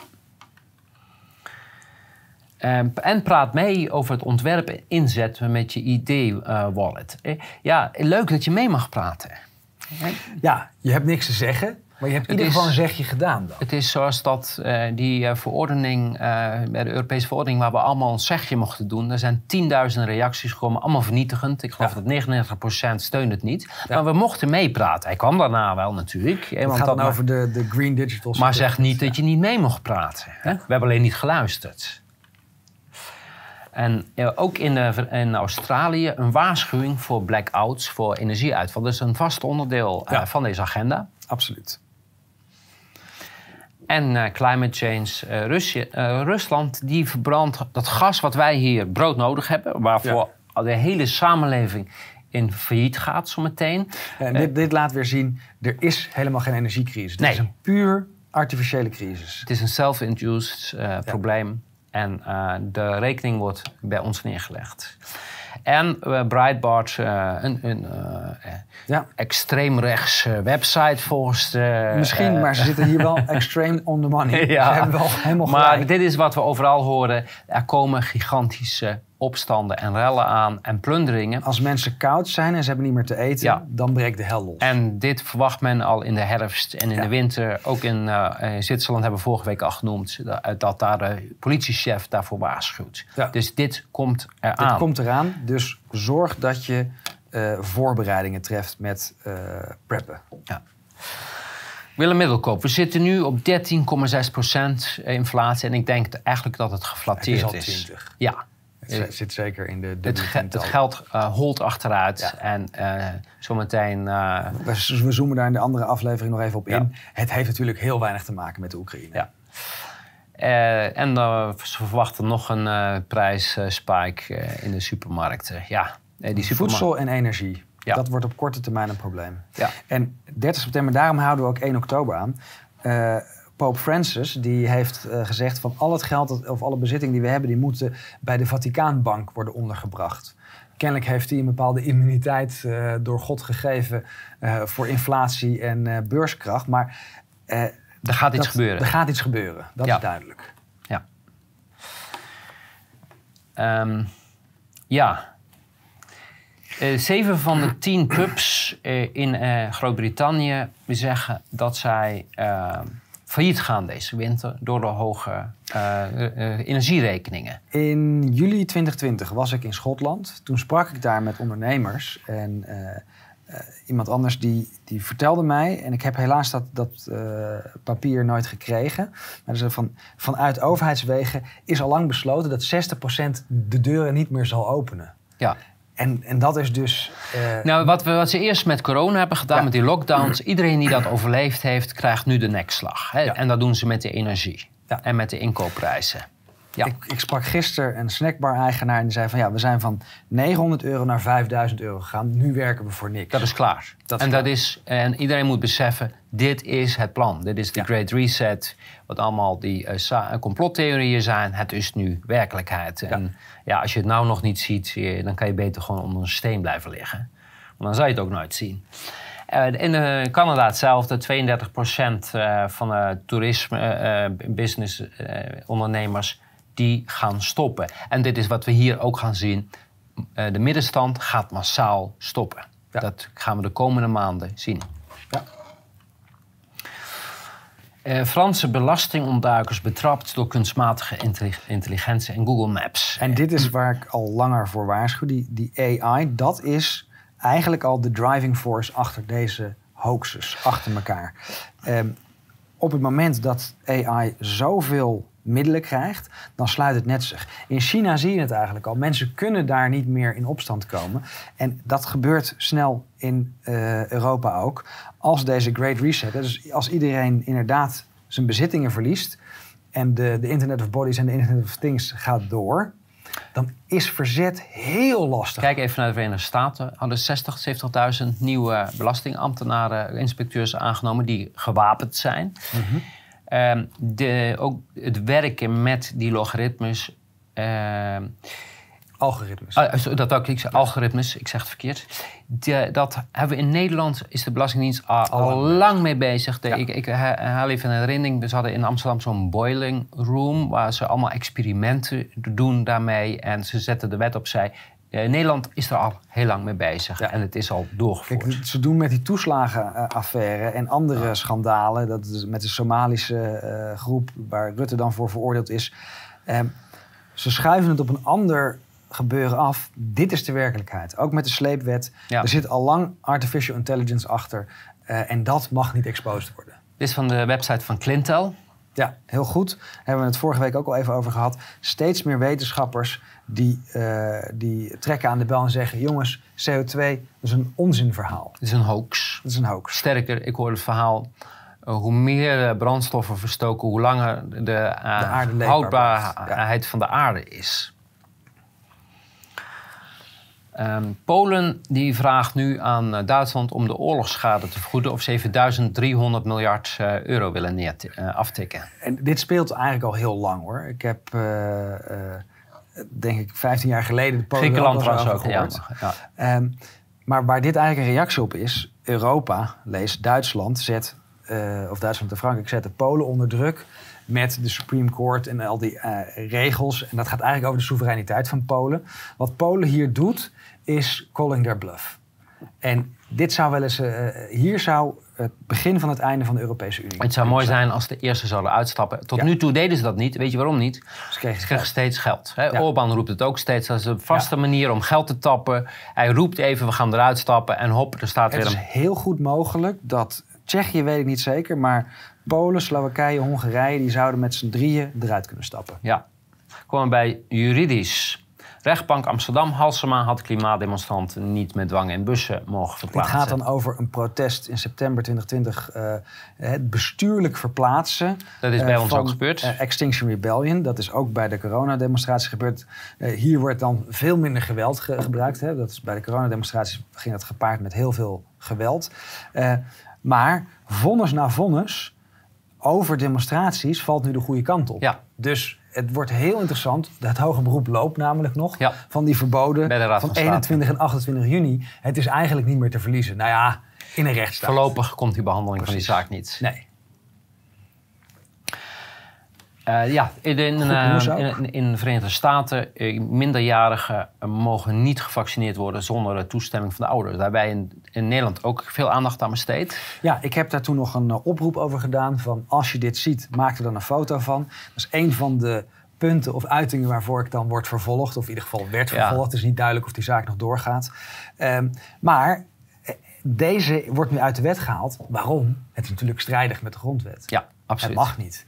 Um, en praat mee over het ontwerp en inzetten met je I D-wallet. Uh, ja, leuk dat je mee mag praten. Ja, je hebt niks te zeggen, maar je hebt in Het ieder is- geval een zegje gedaan dan. Het is zoals dat uh, die uh, verordening, uh, bij de Europese verordening, waar we allemaal een zegje mochten doen. Er zijn tienduizenden reacties gekomen, allemaal vernietigend. Ik geloof Ja. dat negenennegentig procent steunt het niet. Ja. Maar we mochten meepraten. Hij kwam daarna wel natuurlijk. hè, Het want gaat dat dan ma- over de, de Green Digital Maar zeg Certificate. niet dat je niet mee mocht praten. Hè? We hebben alleen niet geluisterd. En eh, ook in, de, in Australië een waarschuwing voor blackouts, voor energieuitval. Dat is een vast onderdeel eh, Ja. van deze agenda. Absoluut. En eh, climate change. eh, Rusje, eh, Rusland die verbrandt dat gas wat wij hier broodnodig hebben. Waarvoor de hele samenleving in failliet gaat zometeen. En dit, dit laat weer zien, er is helemaal geen energiecrisis. Het Nee. is een puur artificiële crisis. Het is een self-induced eh, probleem. En uh, de rekening wordt bij ons neergelegd. En uh, Breitbart, uh, een, een uh, Ja. extreemrechts uh, website volgens de... Misschien, uh, maar ze zitten hier wel extreme on the money. Ja. Ze hebben wel helemaal Maar gelijk. dit is wat we overal horen. Er komen gigantische opstanden en rellen aan en plunderingen. Als mensen koud zijn en ze hebben niet meer te eten, Ja. dan breekt de hel los. En dit verwacht men al in de herfst en in Ja. de winter. Ook in, uh, in Zwitserland hebben we vorige week al genoemd dat, dat daar de politiechef daarvoor waarschuwt. Ja. Dus dit komt Dit eraan. komt eraan, dus zorg dat je uh, voorbereidingen treft met uh, preppen. Ja. Willem Middelkoop, we zitten nu op dertien komma zes procent inflatie. En ik denk eigenlijk dat het geflatteerd het is. is al twintig. Ja. Het zit zeker in de... de het, ge het geld uh, holt achteruit. Ja. En uh, zometeen... Uh, we, we zoomen daar in de andere aflevering nog even op in. Ja. Het heeft natuurlijk heel weinig te maken met de Oekraïne. Ja. Uh, en uh, ze verwachten nog een uh, prijsspike uh, in de supermarkten. Ja, uh, die supermarkt... Voedsel en energie. Ja. Dat wordt op korte termijn een probleem. Ja. En dertig september, daarom houden we ook één oktober aan. Uh, Pope Francis die heeft uh, gezegd van al het geld dat, of alle bezittingen die we hebben, die moeten bij de Vaticaanbank worden ondergebracht. Kennelijk heeft hij een bepaalde immuniteit uh, door God gegeven uh, voor inflatie en uh, beurskracht. Maar uh, er gaat iets dat, gebeuren. Er gaat iets gebeuren, dat ja. is duidelijk. Ja. Um, ja. Uh, zeven van de tien pubs uh, in uh, Groot-Brittannië zeggen dat zij uh, failliet gaan deze winter door de hoge uh, uh, energierekeningen. In juli twintig twintig was ik in Schotland. Toen sprak ik daar met ondernemers. En uh, uh, iemand anders die, die vertelde mij... en ik heb helaas dat, dat uh, papier nooit gekregen... maar dus van, vanuit overheidswegen is al lang besloten... dat zestig procent de deuren niet meer zal openen. Ja. En, en dat is dus... Uh... Nou, wat, we, wat ze eerst met corona hebben gedaan, ja. met die lockdowns... iedereen die dat overleefd heeft, krijgt nu de nekslag. Hè? Ja. En dat doen ze met de energie ja. en met de inkoopprijzen. Ja. Ik, ik sprak gisteren een snackbar-eigenaar en die zei van... ja, we zijn van negenhonderd euro naar vijfduizend euro gegaan. Nu werken we voor niks. Dat is klaar. Dat is en, klaar. Dat is, en iedereen moet beseffen, dit is het plan. Dit is de ja. Great Reset. Wat allemaal die uh, complottheorieën zijn. Het is nu werkelijkheid. Ja. En ja, als je het nou nog niet ziet, dan kan je beter gewoon onder een steen blijven liggen. Want dan zou je het ook nooit zien. Uh, in uh, Canada hetzelfde. tweeëndertig procent uh, van de toerisme uh, business uh, ondernemers... die gaan stoppen. En dit is wat we hier ook gaan zien. Uh, de middenstand gaat massaal stoppen. Ja. Dat gaan we de komende maanden zien. Ja. Uh, Franse belastingontduikers betrapt door kunstmatige intelligentie en Google Maps. En dit is waar ik al langer voor waarschuw. Die, die A I, dat is eigenlijk al de driving force achter deze hoaxes, achter elkaar. Um, op het moment dat A I zoveel middelen krijgt, dan sluit het net zich. In China zie je het eigenlijk al. Mensen kunnen daar niet meer in opstand komen. En dat gebeurt snel in uh, Europa ook. Als deze Great Reset, dus als iedereen inderdaad zijn bezittingen verliest en de, de Internet of Bodies en de Internet of Things gaat door, dan is verzet heel lastig. Kijk even naar de Verenigde Staten. Hadden zestig, zeventigduizend nieuwe belastingambtenaren, inspecteurs aangenomen die gewapend zijn. Mm-hmm. Um, de, ook het werken met die logaritmes. Uh, algoritmes. Uh, dat ook, ik zeg, algoritmes, ik zeg het verkeerd. De, dat hebben we in Nederland, is de Belastingdienst al, al lang mee bezig. De, ja. Ik, ik haal even een herinnering. Ze hadden in Amsterdam zo'n boiling room, waar ze allemaal experimenten doen daarmee. En ze zetten de wet opzij. Uh, Nederland is er al heel lang mee bezig. Ja. En het is al doorgevoerd. Kijk, ze doen met die toeslagenaffaire en andere ja. schandalen. Dat is met de Somalische uh, groep waar Rutte dan voor veroordeeld is. Uh, ze schuiven het op een ander gebeuren af. Dit is de werkelijkheid. Ook met de sleepwet. Ja. Er zit al lang artificial intelligence achter. Uh, en dat mag niet exposed worden. Dit is van de website van Clintel. Ja, heel goed. Daar hebben we het vorige week ook al even over gehad. Steeds meer wetenschappers die, uh, die trekken aan de bel en zeggen... jongens, C O twee, dat is een onzinverhaal. Het is een hoax. Het is een hoax. Sterker, ik hoor het verhaal... Uh, hoe meer uh, brandstoffen verstoken, hoe langer de, uh, de houdbaarheid ja. van de aarde is. Um, Polen die vraagt nu aan uh, Duitsland om de oorlogsschade te vergoeden... of ze even duizend driehonderd miljard uh, euro willen neert, uh, aftikken. En dit speelt eigenlijk al heel lang, hoor. Ik heb, uh, uh, denk ik, vijftien jaar geleden... de Polen Griekenland trouwens ook gehoord. Ja, ja. Um, maar waar dit eigenlijk een reactie op is... Europa, lees Duitsland, zet... Uh, of Duitsland en Frankrijk zetten Polen onder druk... met de Supreme Court en al die uh, regels. En dat gaat eigenlijk over de soevereiniteit van Polen. Wat Polen hier doet, is calling their bluff. En dit zou wel eens... Uh, hier zou het begin van het einde van de Europese Unie... Het zou mooi zijn als de eerste zouden uitstappen. Tot ja. nu toe deden ze dat niet. Weet je waarom niet? Ze kregen, ze kregen steeds geld. Hè? Ja. Orbán roept het ook steeds. Dat is een vaste ja. manier om geld te tappen. Hij roept even, we gaan eruit stappen. En hop, er staat het weer een... Het is heel goed mogelijk dat... Tsjechië weet ik niet zeker, maar Polen, Slowakije, Hongarije, die zouden met z'n drieën eruit kunnen stappen. Ja. Komen we bij juridisch. Rechtbank Amsterdam, Halsema had klimaatdemonstranten niet met dwang in bussen mogen verplaatsen. Het gaat dan over een protest in september twintig twintig. Uh, het bestuurlijk verplaatsen. Dat is bij uh, ons van, ook gebeurd. Uh, Extinction Rebellion, dat is ook bij de coronademonstratie gebeurd. Uh, hier wordt dan veel minder geweld ge- gebruikt. Hè. Dat is, bij de coronademonstratie ging dat gepaard met heel veel geweld. Uh, maar vonnis na vonnis over demonstraties valt nu de goede kant op. Ja. Dus het wordt heel interessant. Het hoger beroep loopt namelijk nog ja. van die verboden van, van eenentwintig en achtentwintig juni. Het is eigenlijk niet meer te verliezen. Nou ja, in een rechtsstaat. Voorlopig komt die behandeling Precies. van die zaak niet. Nee. Uh, ja, in, in, uh, in, in de Verenigde Staten, uh, minderjarigen uh, mogen niet gevaccineerd worden zonder uh, toestemming van de ouders. Daar hebben wij in, in Nederland ook veel aandacht aan besteed. Ja, ik heb daar toen nog een uh, oproep over gedaan van als je dit ziet, maak er dan een foto van. Dat is een van de punten of uitingen waarvoor ik dan word vervolgd. Of in ieder geval werd vervolgd. Ja. Het is niet duidelijk of die zaak nog doorgaat. Um, maar deze wordt nu uit de wet gehaald. Waarom? Het is natuurlijk strijdig met de grondwet. Ja, absoluut. Het mag niet.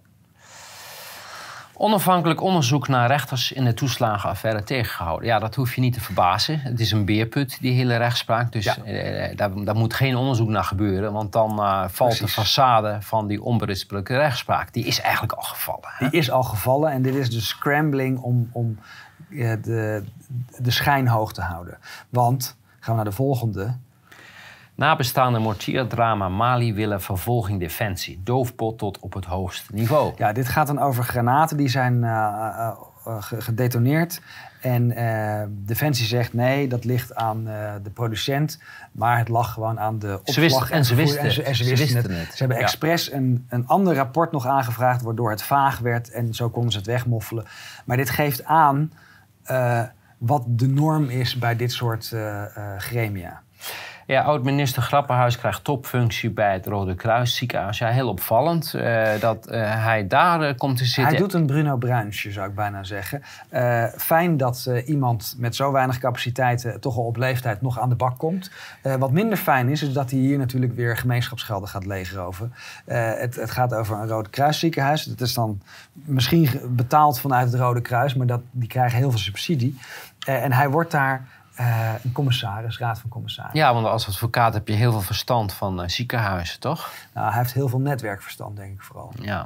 Onafhankelijk onderzoek naar rechters in de toeslagenaffaire tegengehouden. Ja, dat hoef je niet te verbazen. Het is een beerput, die hele rechtspraak. Dus ja. eh, daar, daar moet geen onderzoek naar gebeuren. Want dan uh, valt Precies. de façade van die onberispelijke rechtspraak. Die is eigenlijk al gevallen. Hè? Die is al gevallen en dit is de scrambling om, om uh, de, de schijn hoog te houden. Want, gaan we naar de volgende. Nabestaande mortierdrama Mali willen vervolging defensie. Doofpot tot op het hoogste niveau. Ja, dit gaat dan over granaten die zijn uh, uh, gedetoneerd. En uh, Defensie zegt nee, dat ligt aan uh, de producent. Maar het lag gewoon aan de opslag. Ze wisten, en ze wisten, en ze, en ze, ze wisten wisten het. het. Ze hebben ja. expres een, een ander rapport nog aangevraagd, waardoor het vaag werd. En zo konden ze het wegmoffelen. Maar dit geeft aan uh, wat de norm is bij dit soort uh, uh, gremia. Ja, oud-minister Grapperhaus krijgt topfunctie bij het Rode Kruis ziekenhuis. Ja, heel opvallend uh, dat uh, hij daar uh, komt te zitten. Hij doet een Bruno Bruinsje, zou ik bijna zeggen. Uh, fijn dat uh, iemand met zo weinig capaciteiten toch al op leeftijd nog aan de bak komt. Uh, wat minder fijn is, is dat hij hier natuurlijk weer gemeenschapsgelden gaat legeroven. Uh, het, het gaat over een Rode Kruis ziekenhuis. Dat is dan misschien betaald vanuit het Rode Kruis, maar dat, die krijgen heel veel subsidie. Uh, en hij wordt daar Uh, een commissaris, raad van commissarissen. Ja, want als advocaat heb je heel veel verstand van uh, ziekenhuizen, toch? Nou, hij heeft heel veel netwerkverstand, denk ik vooral. Ja.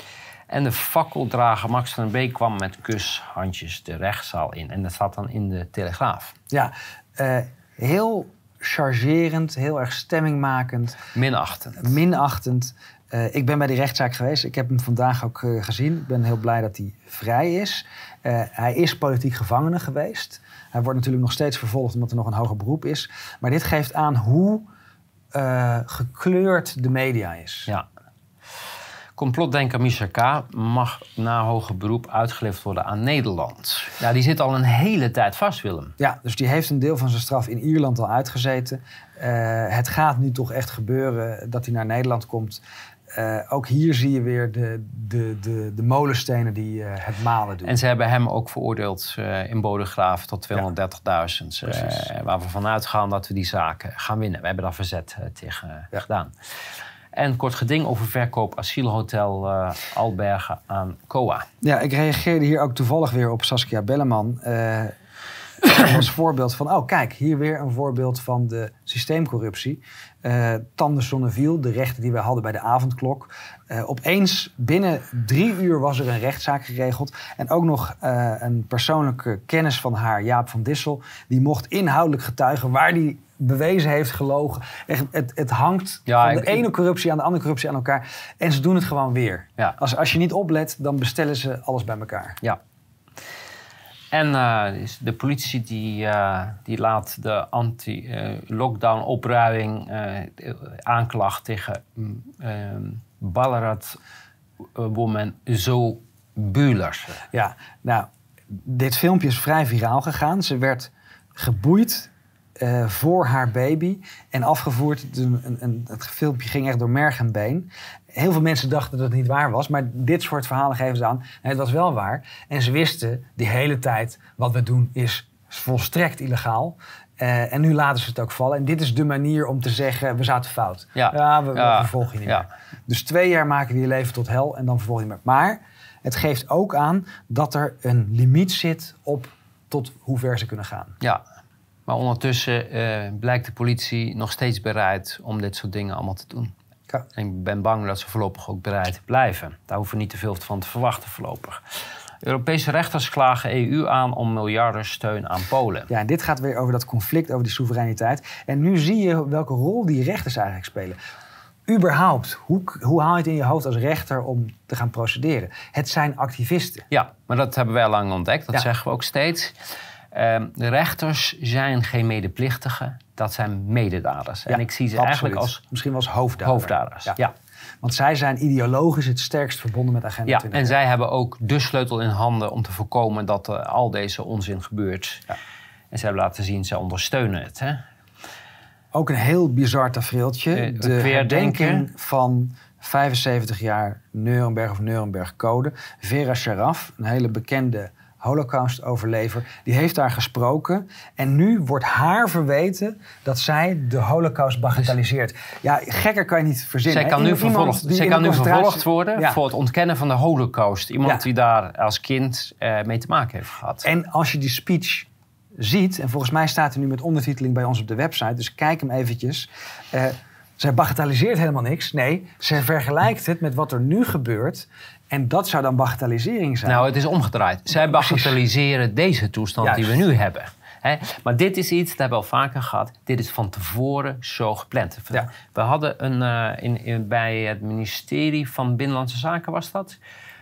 En de fakkeldrager Max van den Beek kwam met kushandjes de rechtszaal in. En dat staat dan in de Telegraaf. Ja, uh, heel chargerend, heel erg stemmingmakend. Minachtend. Minachtend. Uh, ik ben bij die rechtszaak geweest. Ik heb hem vandaag ook uh, gezien. Ik ben heel blij dat hij vrij is. Uh, hij is politiek gevangene geweest. Hij wordt natuurlijk nog steeds vervolgd omdat er nog een hoger beroep is. Maar dit geeft aan hoe uh, gekleurd de media is. Ja. Complotdenker Misha K. mag na hoger beroep uitgeleverd worden aan Nederland. Ja, die zit al een hele tijd vast, Willem. Ja, dus die heeft een deel van zijn straf in Ierland al uitgezeten. Uh, het gaat nu toch echt gebeuren dat hij naar Nederland komt. Uh, ook hier zie je weer de, de, de, de molenstenen die uh, het malen doen. En ze hebben hem ook veroordeeld uh, in Bodegraven tot tweehonderddertigduizend. Ja, uh, waar we vanuit gaan dat we die zaken gaan winnen. We hebben daar verzet uh, tegen uh, ja. gedaan. En kort geding over verkoop asielhotel uh, Albergen aan C O A. Ja, ik reageerde hier ook toevallig weer op Saskia Belleman. Uh, als voorbeeld van, oh kijk, hier weer een voorbeeld van de systeemcorruptie. Uh, Tande Sonneviel, de rechter die we hadden bij de avondklok. Uh, opeens, binnen drie uur was er een rechtszaak geregeld. En ook nog uh, een persoonlijke kennis van haar, Jaap van Dissel. Die mocht inhoudelijk getuigen waar die bewezen heeft gelogen. Echt, het, het hangt ja, van de ik, ene corruptie aan de andere corruptie aan elkaar. En ze doen het gewoon weer. Ja. Als, als je niet oplet, dan bestellen ze alles bij elkaar. Ja. En uh, de politie die, uh, die laat de anti-lockdown-opruiing uh, aanklacht tegen uh, Ballarat-woman Zo Bühler. Ja, nou, dit filmpje is vrij viraal gegaan. Ze werd geboeid uh, voor haar baby en afgevoerd. Een, een, het filmpje ging echt door merg en been. Heel veel mensen dachten dat het niet waar was, maar dit soort verhalen geven ze aan. Nee, het was wel waar. En ze wisten die hele tijd, wat we doen is volstrekt illegaal. Uh, en nu laten ze het ook vallen. En dit is de manier om te zeggen, we zaten fout. Ja, ja we, we ja. vervolgen je niet ja. meer. Dus twee jaar maken we je leven tot hel en dan vervolg je niet meer. Maar het geeft ook aan dat er een limiet zit op tot hoe ver ze kunnen gaan. Ja, maar ondertussen uh, blijkt de politie nog steeds bereid om dit soort dingen allemaal te doen. Ja. En ik ben bang dat ze voorlopig ook bereid blijven. Daar hoeven we niet te veel van te verwachten voorlopig. Europese rechters klagen E U aan om miljardensteun aan Polen. Ja, en dit gaat weer over dat conflict, over die soevereiniteit. En nu zie je welke rol die rechters eigenlijk spelen. Überhaupt, hoe, hoe haal je het in je hoofd als rechter om te gaan procederen? Het zijn activisten. Ja, maar dat hebben wij al lang ontdekt. Dat ja. zeggen we ook steeds. Um, de rechters zijn geen medeplichtigen, dat zijn mededaders. Ja, en ik zie ze absoluut. eigenlijk als misschien wel als hoofddader. hoofddaders. Ja. Ja. Want zij zijn ideologisch het sterkst verbonden met Agenda ja, twintig. En zij hebben ook de sleutel in handen om te voorkomen dat uh, al deze onzin gebeurt. Ja. En ze hebben laten zien, ze ondersteunen het. Hè? Ook een heel bizar tafereeltje. Uh, de herdenking van vijfenzeventig jaar Nuremberg of Nuremberg Code. Vera Sharaf, een hele bekende Holocaust-overlever, die heeft daar gesproken. En nu wordt haar verweten dat zij de Holocaust bagatelliseert. Ja, gekker kan je niet verzinnen. Zij kan nu vervolgd, zij kan nu concentratie... vervolgd worden ja. voor het ontkennen van de Holocaust. Iemand ja. die daar als kind uh, mee te maken heeft gehad. En als je die speech ziet, en volgens mij staat hij nu met ondertiteling bij ons op de website, dus kijk hem eventjes. Uh, zij bagatelliseert helemaal niks. Nee, zij vergelijkt het met wat er nu gebeurt. En dat zou dan bagatellisering zijn. Nou, het is omgedraaid. Zij bagatelliseren deze toestand Juist. die we nu hebben. He? Maar dit is iets, dat hebben we al vaker gehad. Dit is van tevoren zo gepland. Ja. We hadden een, uh, in, in, bij het ministerie van Binnenlandse Zaken was dat...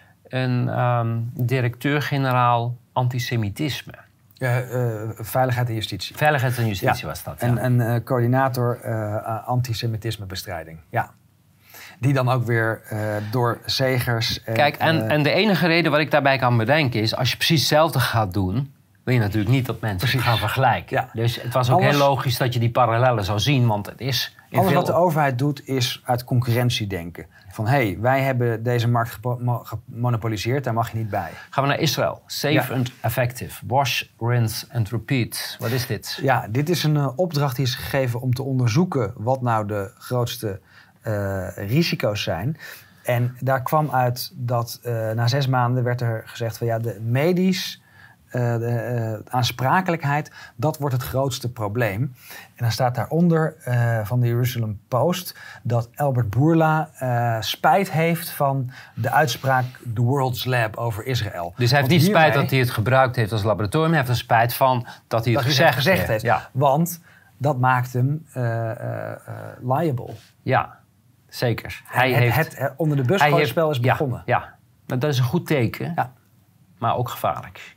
een um, directeur-generaal antisemitisme. Uh, uh, Veiligheid en Justitie. Veiligheid en Justitie ja. was dat, ja. En een uh, coördinator uh, antisemitismebestrijding. Ja. Die dan ook weer uh, door Segers... En, Kijk, en, uh, en de enige reden wat ik daarbij kan bedenken is... als je precies hetzelfde gaat doen... wil je natuurlijk niet dat mensen precies. gaan vergelijken. Ja. Dus het was ook alles, heel logisch dat je die parallellen zou zien, want het is... Alles veel... wat de overheid doet is uit concurrentie denken. Van, hé, hey, wij hebben deze markt gemonopoliseerd, daar mag je niet bij. Gaan we naar Israël. Safe ja. and effective. Wash, rinse and repeat. Wat is dit? Ja, dit is een uh, opdracht die is gegeven om te onderzoeken... wat nou de grootste uh, risico's zijn... En daar kwam uit dat uh, na zes maanden werd er gezegd... van ja, de medisch uh, de, uh, aansprakelijkheid, dat wordt het grootste probleem. En dan staat daaronder uh, van de Jerusalem Post... dat Albert Bourla uh, spijt heeft van de uitspraak... The World's Lab over Israël. Dus hij heeft niet hiermee, spijt dat hij het gebruikt heeft als laboratorium... hij heeft er spijt van dat hij het dat gezegd, hij gezegd heeft. heeft. Ja. Want dat maakt hem uh, uh, uh, liable. Ja. Zeker. Hij het, heeft, het, het onder de bus heeft, spel is begonnen. Ja, ja, dat is een goed teken, ja. maar ook gevaarlijk.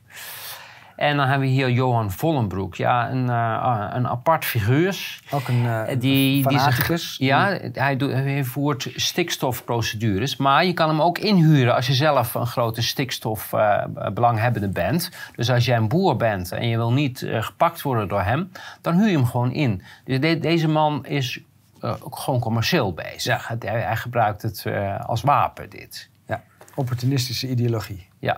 En dan hebben we hier Johan Vollenbroek. Ja, een, uh, een apart figuur. Ook een uh, die, fanaticus. Die zich, ja, hij, doet, hij voert stikstofprocedures. Maar je kan hem ook inhuren als je zelf een grote stikstofbelanghebbende uh, bent. Dus als jij een boer bent en je wil niet uh, gepakt worden door hem... dan huur je hem gewoon in. Dus de, deze man is... Uh, ook gewoon commercieel bezig. Ja. Hij, hij gebruikt het uh, als wapen, dit. Ja, opportunistische ideologie. Ja.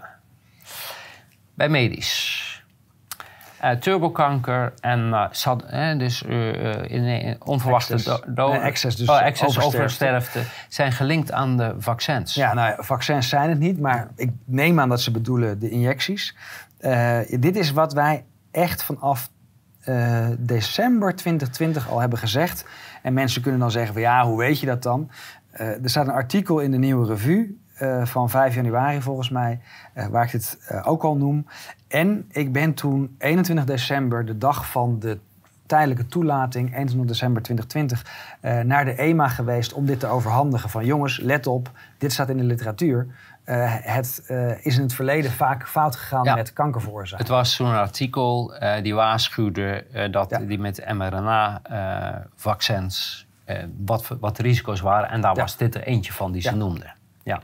Bij medisch. Uh, turbokanker en uh, sad, eh, dus uh, in, in onverwachte dood. Do- nee, excess, dus oh, excess oversterfte zijn gelinkt aan de vaccins. Ja, nou ja, vaccins zijn het niet, maar ik neem aan dat ze bedoelen de injecties. Uh, dit is wat wij echt vanaf uh, december twintig twintig al hebben gezegd. En mensen kunnen dan zeggen van ja, hoe weet je dat dan? Uh, er staat een artikel in de Nieuwe Revue uh, van vijf januari volgens mij, uh, waar ik dit uh, ook al noem. En ik ben toen eenentwintig december, de dag van de tijdelijke toelating, eenentwintig december twintig twintig, uh, naar de E M A geweest om dit te overhandigen. Van jongens, let op, dit staat in de literatuur. Uh, het uh, is in het verleden vaak fout gegaan ja. met kankerveroorzaking. Het was zo'n artikel uh, die waarschuwde uh, dat ja. die met mRNA-vaccins uh, uh, wat, wat de risico's waren. En daar ja. was dit er eentje van die ze ja. noemden. Ja.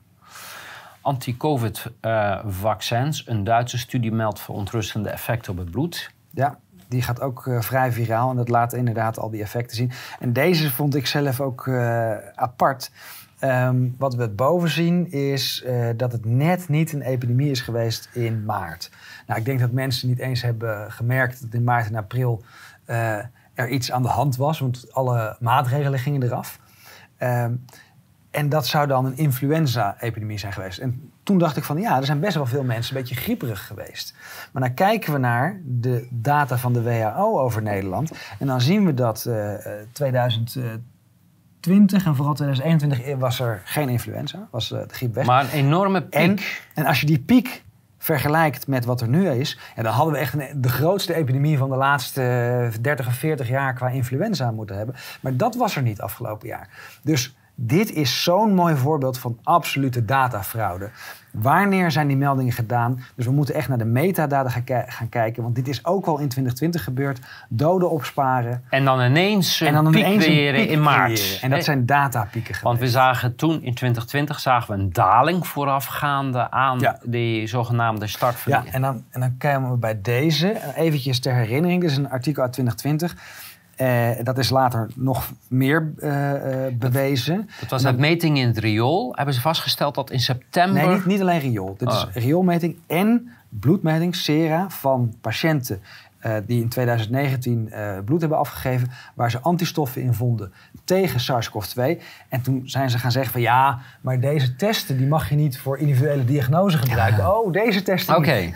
Anti-COVID-vaccins. Uh, een Duitse studie meldt verontrustende effecten op het bloed. Ja, die gaat ook uh, vrij viraal. En dat laat inderdaad al die effecten zien. En deze vond ik zelf ook uh, apart. Um, wat we boven zien is uh, dat het net niet een epidemie is geweest in maart. Nou, ik denk dat mensen niet eens hebben gemerkt dat in maart en april uh, er iets aan de hand was. Want alle maatregelen gingen eraf. Um, en dat zou dan een influenza-epidemie zijn geweest. En toen dacht ik van ja, er zijn best wel veel mensen een beetje grieperig geweest. Maar dan kijken we naar de data van de W H O over Nederland. En dan zien we dat uh, tweeduizend twintig en vooral tweeduizend eenentwintig was er geen influenza. Was uh, de griep weg. Maar een enorme piek. En, en als je die piek vergelijkt met wat er nu is, ja, dan hadden we echt een, de grootste epidemie van de laatste dertig of veertig jaar qua influenza moeten hebben. Maar dat was er niet afgelopen jaar. Dus dit is zo'n mooi voorbeeld van absolute datafraude. Wanneer zijn die meldingen gedaan? Dus we moeten echt naar de metadata gaan, k- gaan kijken. Want dit is ook al in twintig twintig gebeurd. Doden opsparen. En dan ineens een en dan piek ineens een creëren piek in maart. creëren. En dat zijn datapieken geweest. Want we zagen toen in twintig twintig zagen we een daling voorafgaande aan ja. die zogenaamde startverlies. Ja, en dan, en dan komen we bij deze. Eventjes ter herinnering. Dit is een artikel uit twintig twintig. Uh, dat is later nog meer uh, uh, bewezen. Dat was uit meting in het riool. Hebben ze vastgesteld dat in september... Nee, niet, niet alleen riool. Dit oh. is rioolmeting en bloedmeting, sera, van patiënten uh, die in tweeduizend negentien uh, bloed hebben afgegeven, waar ze antistoffen in vonden tegen SARS-C o V twee. En toen zijn ze gaan zeggen van ja, maar deze testen die mag je niet voor individuele diagnose gebruiken. Ja. Oh, deze testen Oké. Okay.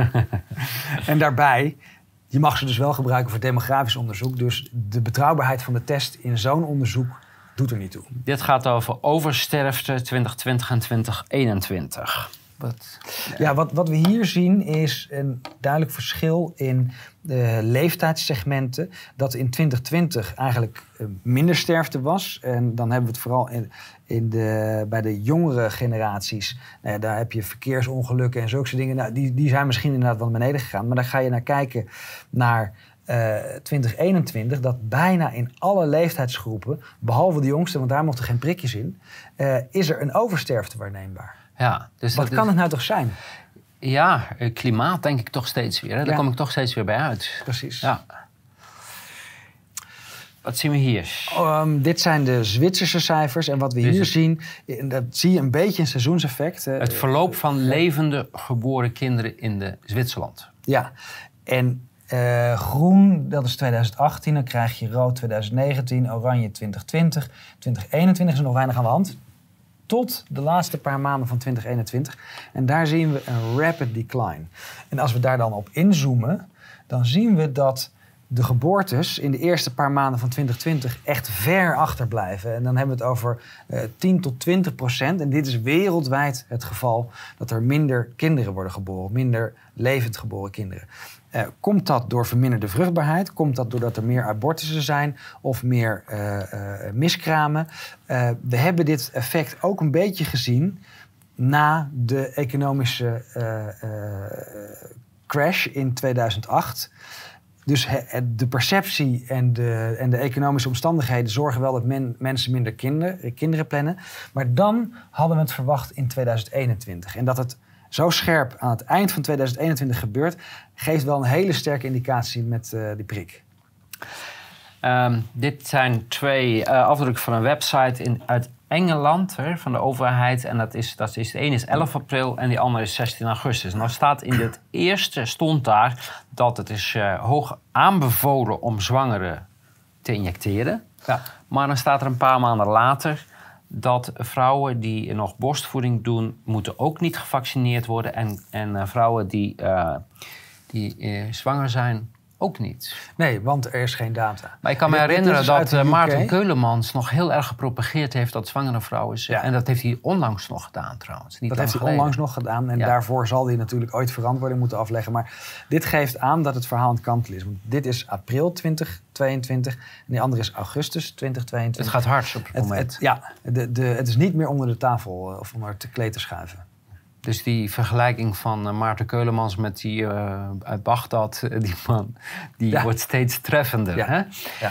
En daarbij... Je mag ze dus wel gebruiken voor demografisch onderzoek. Dus de betrouwbaarheid van de test in zo'n onderzoek doet er niet toe. Dit gaat over oversterfte twintig twintig en twintig eenentwintig. Wat? Ja, wat, wat we hier zien is een duidelijk verschil in de leeftijdssegmenten. Dat in twintig twintig eigenlijk minder sterfte was. En dan hebben we het vooral in, in de, bij de jongere generaties. Nou, daar heb je verkeersongelukken en zulke dingen. Nou, die, die zijn misschien inderdaad wat beneden gegaan. Maar dan ga je naar kijken naar uh, twintig eenentwintig. Dat bijna in alle leeftijdsgroepen, behalve de jongste, want daar mochten geen prikjes in, uh, is er een oversterfte waarneembaar. Ja, dus wat dat kan is... het nou toch zijn? Ja, klimaat denk ik toch steeds weer. Hè? Daar ja. kom ik toch steeds weer bij uit. Precies. Ja. Wat zien we hier? Um, dit zijn de Zwitserse cijfers. En wat we hier is... zien, dat zie je een beetje een seizoenseffect. Het verloop van levende geboren kinderen in de Zwitserland. Ja, en uh, groen, dat is tweeduizend achttien. Dan krijg je rood tweeduizend negentien, oranje twintig twintig. twintig eenentwintig is er nog weinig aan de hand. Tot de laatste paar maanden van twintig eenentwintig. En daar zien we een rapid decline. En als we daar dan op inzoomen, dan zien we dat de geboortes in de eerste paar maanden van twintig twintig echt ver achterblijven. En dan hebben we het over uh, tien tot twintig procent. En dit is wereldwijd het geval dat er minder kinderen worden geboren. Minder levend geboren kinderen. Uh, komt dat door verminderde vruchtbaarheid? Komt dat doordat er meer abortussen zijn of meer uh, uh, miskramen? Uh, we hebben dit effect ook een beetje gezien na de economische uh, uh, crash in tweeduizend acht. Dus he, de perceptie en de, en de economische omstandigheden zorgen wel dat men, mensen minder kinder, kinderen plannen. Maar dan hadden we het verwacht in tweeduizend eenentwintig. En dat het zo scherp aan het eind van tweeduizend eenentwintig gebeurt, geeft wel een hele sterke indicatie met uh, die prik. Um, dit zijn twee uh, afdrukken van een website in, uit Engeland, hè, van de overheid. En dat is, dat is, de ene is elf april en die andere is zestien augustus. En dan staat in het eerste, stond daar dat het is uh, hoog aanbevolen om zwangeren te injecteren. Ja. Maar dan staat er een paar maanden later dat vrouwen die nog borstvoeding doen, moeten ook niet gevaccineerd worden. En, en uh, vrouwen die, uh, die uh, zwanger zijn, ook niet. Nee, want er is geen data. Maar ik kan me dit, herinneren dit dat uh, Maarten U K. Keulemans nog heel erg gepropageerd heeft dat zwangere vrouwen... Ja. En dat heeft hij onlangs nog gedaan trouwens. Niet dat heeft hij geleden. onlangs nog gedaan. En ja. daarvoor zal hij natuurlijk ooit verantwoording moeten afleggen. Maar dit geeft aan dat het verhaal aan het kantelen is. Want dit is april twintig tweeëntwintig en die andere is augustus twintig tweeëntwintig. Het gaat hard op het, het moment. Het, ja, de, de, het is niet meer onder de tafel uh, of onder het kleed te schuiven. Dus die vergelijking van uh, Maarten Keulemans met die uh, uit Bagdad, uh, die man, die ja. wordt steeds treffender. Ja. Hè? Ja.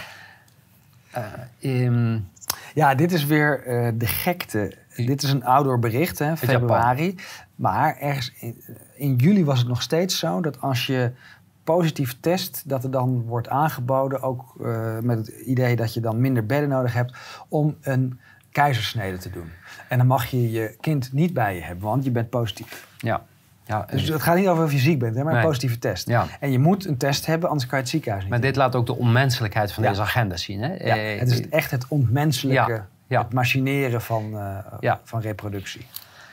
Uh, um, ja, dit is weer uh, de gekte. Dit is een ouder bericht, hè, februari. Japan. Maar ergens in, in juli was het nog steeds zo dat als je positief test, dat er dan wordt aangeboden, ook uh, met het idee dat je dan minder bedden nodig hebt, om een keizersnede te doen. En dan mag je je kind niet bij je hebben, want je bent positief. Ja. Ja, dus het gaat niet over of je ziek bent, hè, maar nee. een positieve test. Ja. En je moet een test hebben, anders kan je het ziekenhuis niet Maar doen. dit laat ook de onmenselijkheid van ja. deze agenda zien. Hè? Ja, het is echt het ontmenselijke, ja. Ja. het machineren van, uh, ja. van reproductie.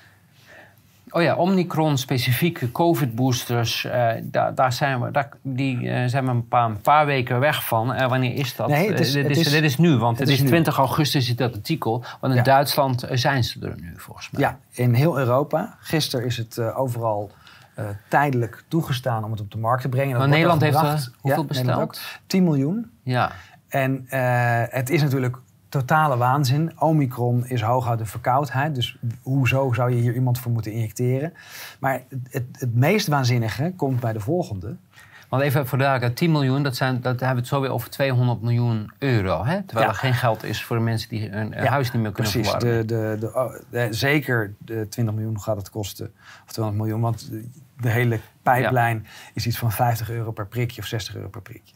Oh ja, Omicron-specifieke COVID-boosters, uh, daar, daar zijn we, daar, die uh, zijn we een paar, een paar weken weg van. Uh, wanneer is dat? Nee, het is, uh, dit, het is, is, dit is nu, want het, het is, is twintig nu. augustus is dat artikel. Want in ja. Duitsland uh, zijn ze er nu, volgens mij. Ja, in heel Europa. Gisteren is het uh, overal uh, tijdelijk toegestaan om het op de markt te brengen. Maar Nederland heeft er hoeveel ja, besteld? tien miljoen. Ja. En uh, het is natuurlijk totale waanzin. Omicron is hooguit een verkoudheid. Dus hoezo zou je hier iemand voor moeten injecteren? Maar het, het, het meest waanzinnige komt bij de volgende. Want even voor de duidelijkheid, tien miljoen, dat, zijn, dat hebben we het zo weer over tweehonderd miljoen euro. Hè? Terwijl ja. er geen geld is voor de mensen die hun ja, huis niet meer kunnen precies. verwarmen. De, de, de, oh, de, zeker de twintig miljoen gaat het kosten. Of tweehonderd miljoen, want de hele pijplijn ja. is iets van vijftig euro per prikje of zestig euro per prikje.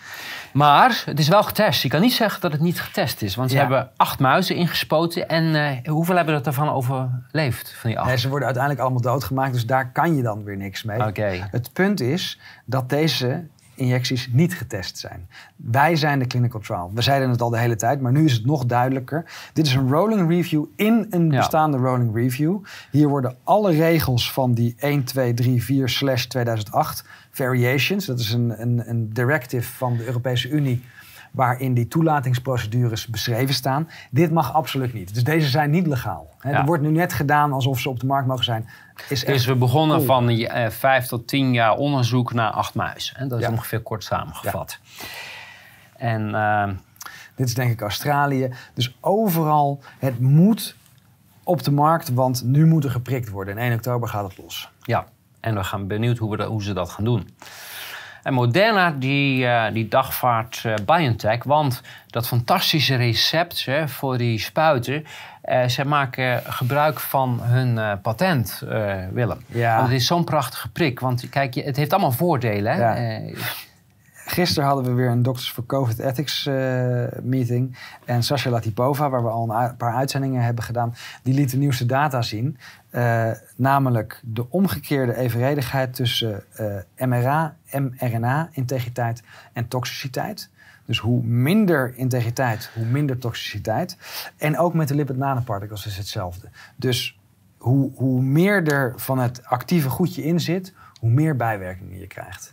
Maar het is wel getest. Je kan niet zeggen dat het niet getest is. Want ze ja. hebben acht muizen ingespoten. En uh, hoeveel hebben er ervan overleefd, van die acht? Nee, ze worden uiteindelijk allemaal doodgemaakt. Dus daar kan je dan weer niks mee. Okay. Het punt is dat deze injecties niet getest zijn. Wij zijn de clinical trial. We zeiden het al de hele tijd, maar nu is het nog duidelijker. Dit is een rolling review in een ja. bestaande rolling review. Hier worden alle regels van die één, twee, drie, vier slash tweeduizend acht variations. Dat is een, een, een directive van de Europese Unie waarin die toelatingsprocedures beschreven staan. Dit mag absoluut niet. Dus deze zijn niet legaal. He, ja. Er wordt nu net gedaan alsof ze op de markt mogen zijn. Is dus we begonnen cool. van uh, vijf tot tien jaar onderzoek naar acht muizen. Hè? Dat is ja. ongeveer kort samengevat. Ja. En, uh, dit is denk ik Australië. Dus overal, het moet op de markt, want nu moet er geprikt worden. En één oktober gaat het los. Ja, en we gaan benieuwd hoe, we dat, hoe ze dat gaan doen. En Moderna die, uh, die dagvaart uh, BioNTech, want dat fantastische recept hè, voor die spuiten, uh, zij maken gebruik van hun uh, patent, uh, Willem. Ja. Want het is zo'n prachtige prik, want kijk, het heeft allemaal voordelen. Hè? Ja. Uh, Gisteren hadden we weer een Doctors for COVID Ethics uh, meeting. En Sasha Latipova, waar we al een paar uitzendingen hebben gedaan, die liet de nieuwste data zien. Uh, namelijk de omgekeerde evenredigheid tussen uh, M R A, mRNA-integriteit en toxiciteit. Dus hoe minder integriteit, hoe minder toxiciteit. En ook met de lipid nanoparticles is hetzelfde. Dus hoe, hoe meer er van het actieve goedje in zit, hoe meer bijwerkingen je krijgt.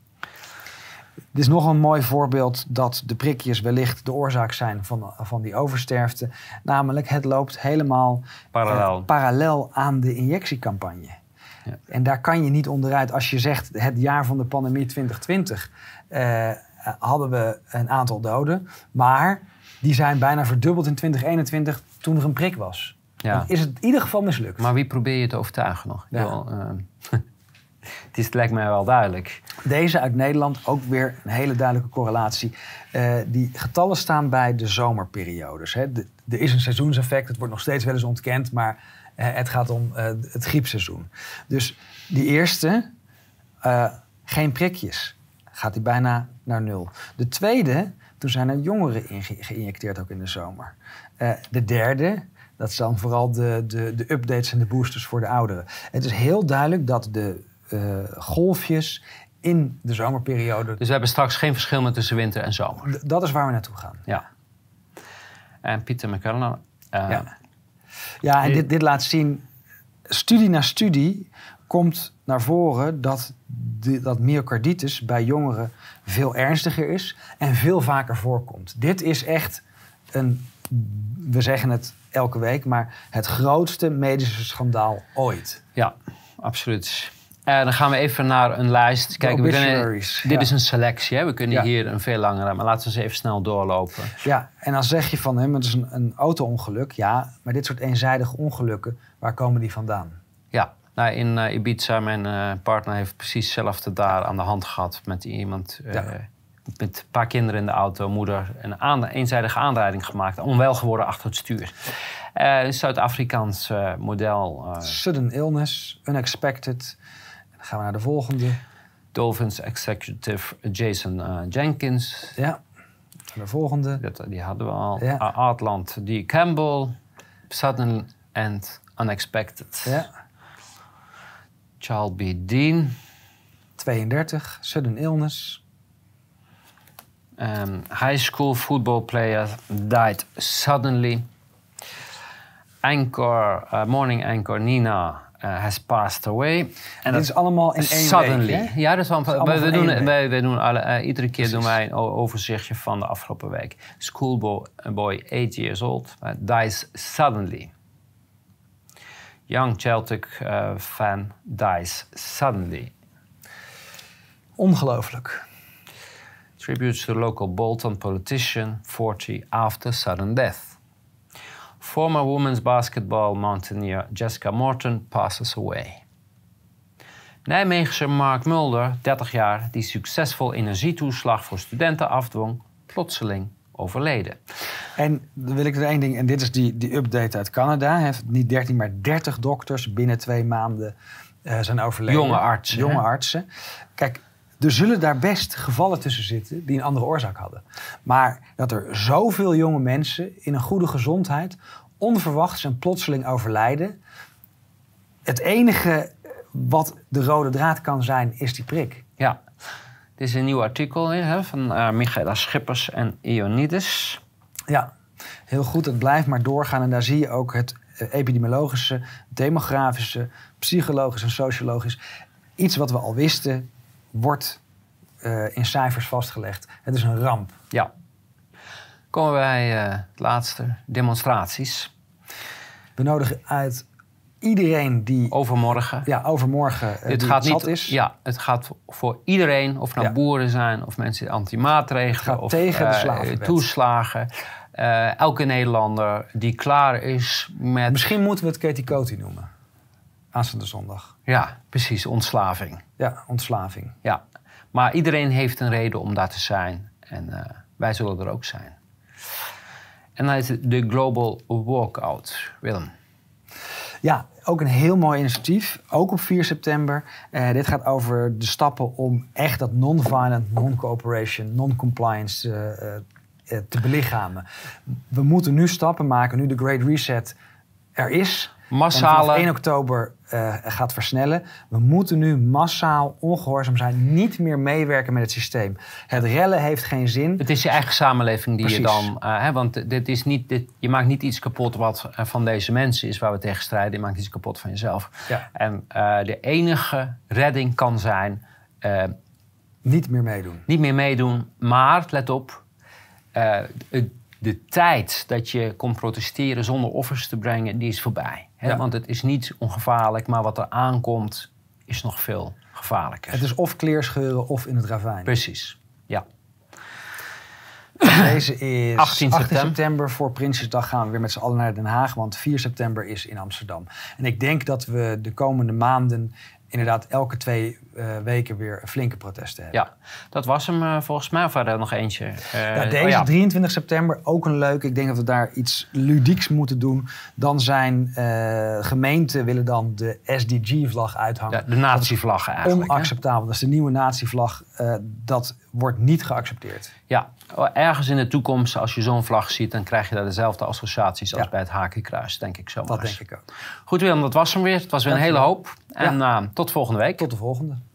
Dit is nog een mooi voorbeeld dat de prikjes wellicht de oorzaak zijn van, van die oversterfte. Namelijk, het loopt helemaal parallel, uh, parallel aan de injectiecampagne. Ja. En daar kan je niet onderuit. Als je zegt, het jaar van de pandemie twintig twintig uh, hadden we een aantal doden. Maar die zijn bijna verdubbeld in twintig eenentwintig toen er een prik was. Ja. Dan is het in ieder geval mislukt. Maar wie probeer je te overtuigen nog? Ja. Wil, uh... Het is, het lijkt mij wel duidelijk. Deze uit Nederland, ook weer een hele duidelijke correlatie. Uh, die getallen staan bij de zomerperiodes. Hè. De, er is een seizoenseffect, het wordt nog steeds wel eens ontkend, maar uh, het gaat om uh, het griepseizoen. Dus die eerste, uh, geen prikjes, gaat die bijna naar nul. De tweede, toen zijn er jongeren inge- geïnjecteerd ook in de zomer. Uh, de derde, dat zijn vooral de, de, de updates en de boosters voor de ouderen. Het is heel duidelijk dat de Uh, golfjes in de zomerperiode. Dus we hebben straks geen verschil meer tussen winter en zomer. D- dat is waar we naartoe gaan. Ja. En Pieter McCullough. Uh, ja. ja, en dit, dit laat zien, studie na studie komt naar voren dat, de, dat myocarditis bij jongeren veel ernstiger is en veel vaker voorkomt. Dit is echt een, we zeggen het elke week, maar het grootste medische schandaal ooit. Ja, absoluut. Uh, dan gaan we even naar een lijst. Kijk, we kunnen, dit ja. is een selectie. Hè? We kunnen ja. hier een veel langere, maar laten we eens even snel doorlopen. Ja, en dan zeg je van hem, het is een, een auto-ongeluk. Ja, maar dit soort eenzijdige ongelukken, waar komen die vandaan? Ja, nou, in uh, Ibiza, mijn uh, partner heeft precies hetzelfde daar aan de hand gehad met iemand. Uh, ja. Met een paar kinderen in de auto, moeder, een aan, eenzijdige aanrijding gemaakt. Onwel geworden achter het stuur. Uh, Zuid-Afrikaans uh, model. Uh, Sudden illness, unexpected. Dan gaan we naar de volgende. Dolphins executive Jason uh, Jenkins. Ja, de volgende. Dat, die hadden we al. Ja. Artland D. Campbell. Sudden and unexpected. Ja. Charles B. Dean. tweeëndertig, sudden illness. Um, high school football player died suddenly. Anchor, uh, morning anchor Nina uh, has passed away. En dat is allemaal in één suddenly. week, hè? Ja, dat is wel, Dat is wij, wij doen, één wij, wij doen alle, uh, iedere keer Precies. doen wij een overzichtje van de afgelopen week. Schoolboy, a boy eight years old, uh, dies suddenly. Young Celtic uh, fan dies suddenly. Ongelooflijk. Tributes to local Bolton politician, forty after sudden death. Former women's basketball mountaineer Jessica Morton passes away. Nijmeegse Mark Mulder, dertig jaar, die succesvol energietoeslag voor studenten afdwong, plotseling overleden. En dan wil ik er één ding, en dit is die, die update uit Canada. Hè, niet dertien, maar dertig dokters binnen twee maanden uh, zijn overleden. Jonge artsen. Jonge hè? artsen. Kijk, er zullen daar best gevallen tussen zitten die een andere oorzaak hadden. Maar dat er zoveel jonge mensen in een goede gezondheid onverwachts en plotseling overlijden. Het enige wat de rode draad kan zijn, is die prik. Ja, dit is een nieuw artikel hè, van uh, Michaela Schippers en Ioannidis. Ja, heel goed. Het blijft maar doorgaan. En daar zie je ook het epidemiologische, demografische, psychologisch en sociologisch. Iets wat we al wisten, wordt uh, in cijfers vastgelegd. Het is een ramp. Ja. Komen wij bij uh, het laatste, demonstraties. We nodigen uit iedereen die Overmorgen. ja, overmorgen uh, het die gaat het niet, zat is. Ja, het gaat voor iedereen, of nou Ja. boeren zijn, of mensen die anti-maatregelen, Het gaat of tegen de uh, slavenwet. toeslagen. Uh, elke Nederlander die klaar is met... Misschien moeten we het Ketikoti noemen. Aanstaande zondag. Ja, precies, ontslaving. Ja, ontslaving. Ja, maar iedereen heeft een reden om daar te zijn. En uh, wij zullen er ook zijn. En dan is het de Global Walkout. Willem. Ja, ook een heel mooi initiatief. Ook op vier september. Uh, dit gaat over de stappen om echt dat non-violent, non-cooperation, non-compliance uh, uh, te belichamen. We moeten nu stappen maken, nu de Great Reset er is. Massale... En vanaf één oktober uh, gaat versnellen. We moeten nu massaal ongehoorzaam zijn. Niet meer meewerken met het systeem. Het rellen heeft geen zin. Het is je eigen samenleving die Precies. je dan... Uh, hè, want dit is niet, dit, je maakt niet iets kapot wat uh, van deze mensen is waar we tegen strijden. Je maakt iets kapot van jezelf. Ja. En uh, de enige redding kan zijn... Uh, Niet meer meedoen. niet meer meedoen, maar, let op... Uh, de tijd dat je kon protesteren zonder offers te brengen, die is voorbij. Hè? Ja. Want het is niet ongevaarlijk, maar wat er aankomt is nog veel gevaarlijker. Het is of kleerscheuren of in het ravijn. Precies, ja. Deze is achttien september. september. Voor Prinsjesdag gaan we weer met z'n allen naar Den Haag. Want vier september is in Amsterdam. En ik denk dat we de komende maanden inderdaad elke twee uh, weken weer flinke protesten hebben. Ja, dat was hem uh, volgens mij. Of waren er nog eentje? Uh, Ja, deze oh ja. drieëntwintig september, ook een leuk. Ik denk dat we daar iets ludieks moeten doen. Dan zijn uh, gemeenten willen dan de S D G-vlag uithangen. De, de nazi-vlag eigenlijk. Onacceptabel. Dat is de nieuwe nazi-vlag. Uh, dat wordt niet geaccepteerd. Ja, ergens in de toekomst, als je zo'n vlag ziet, dan krijg je daar dezelfde associaties als Ja. bij het Hakenkruis, denk ik zo. Dat denk ik ook. Goed Willem, dat was hem weer. Het was weer een hele hoop. En Ja. uh, tot volgende week. Tot de volgende.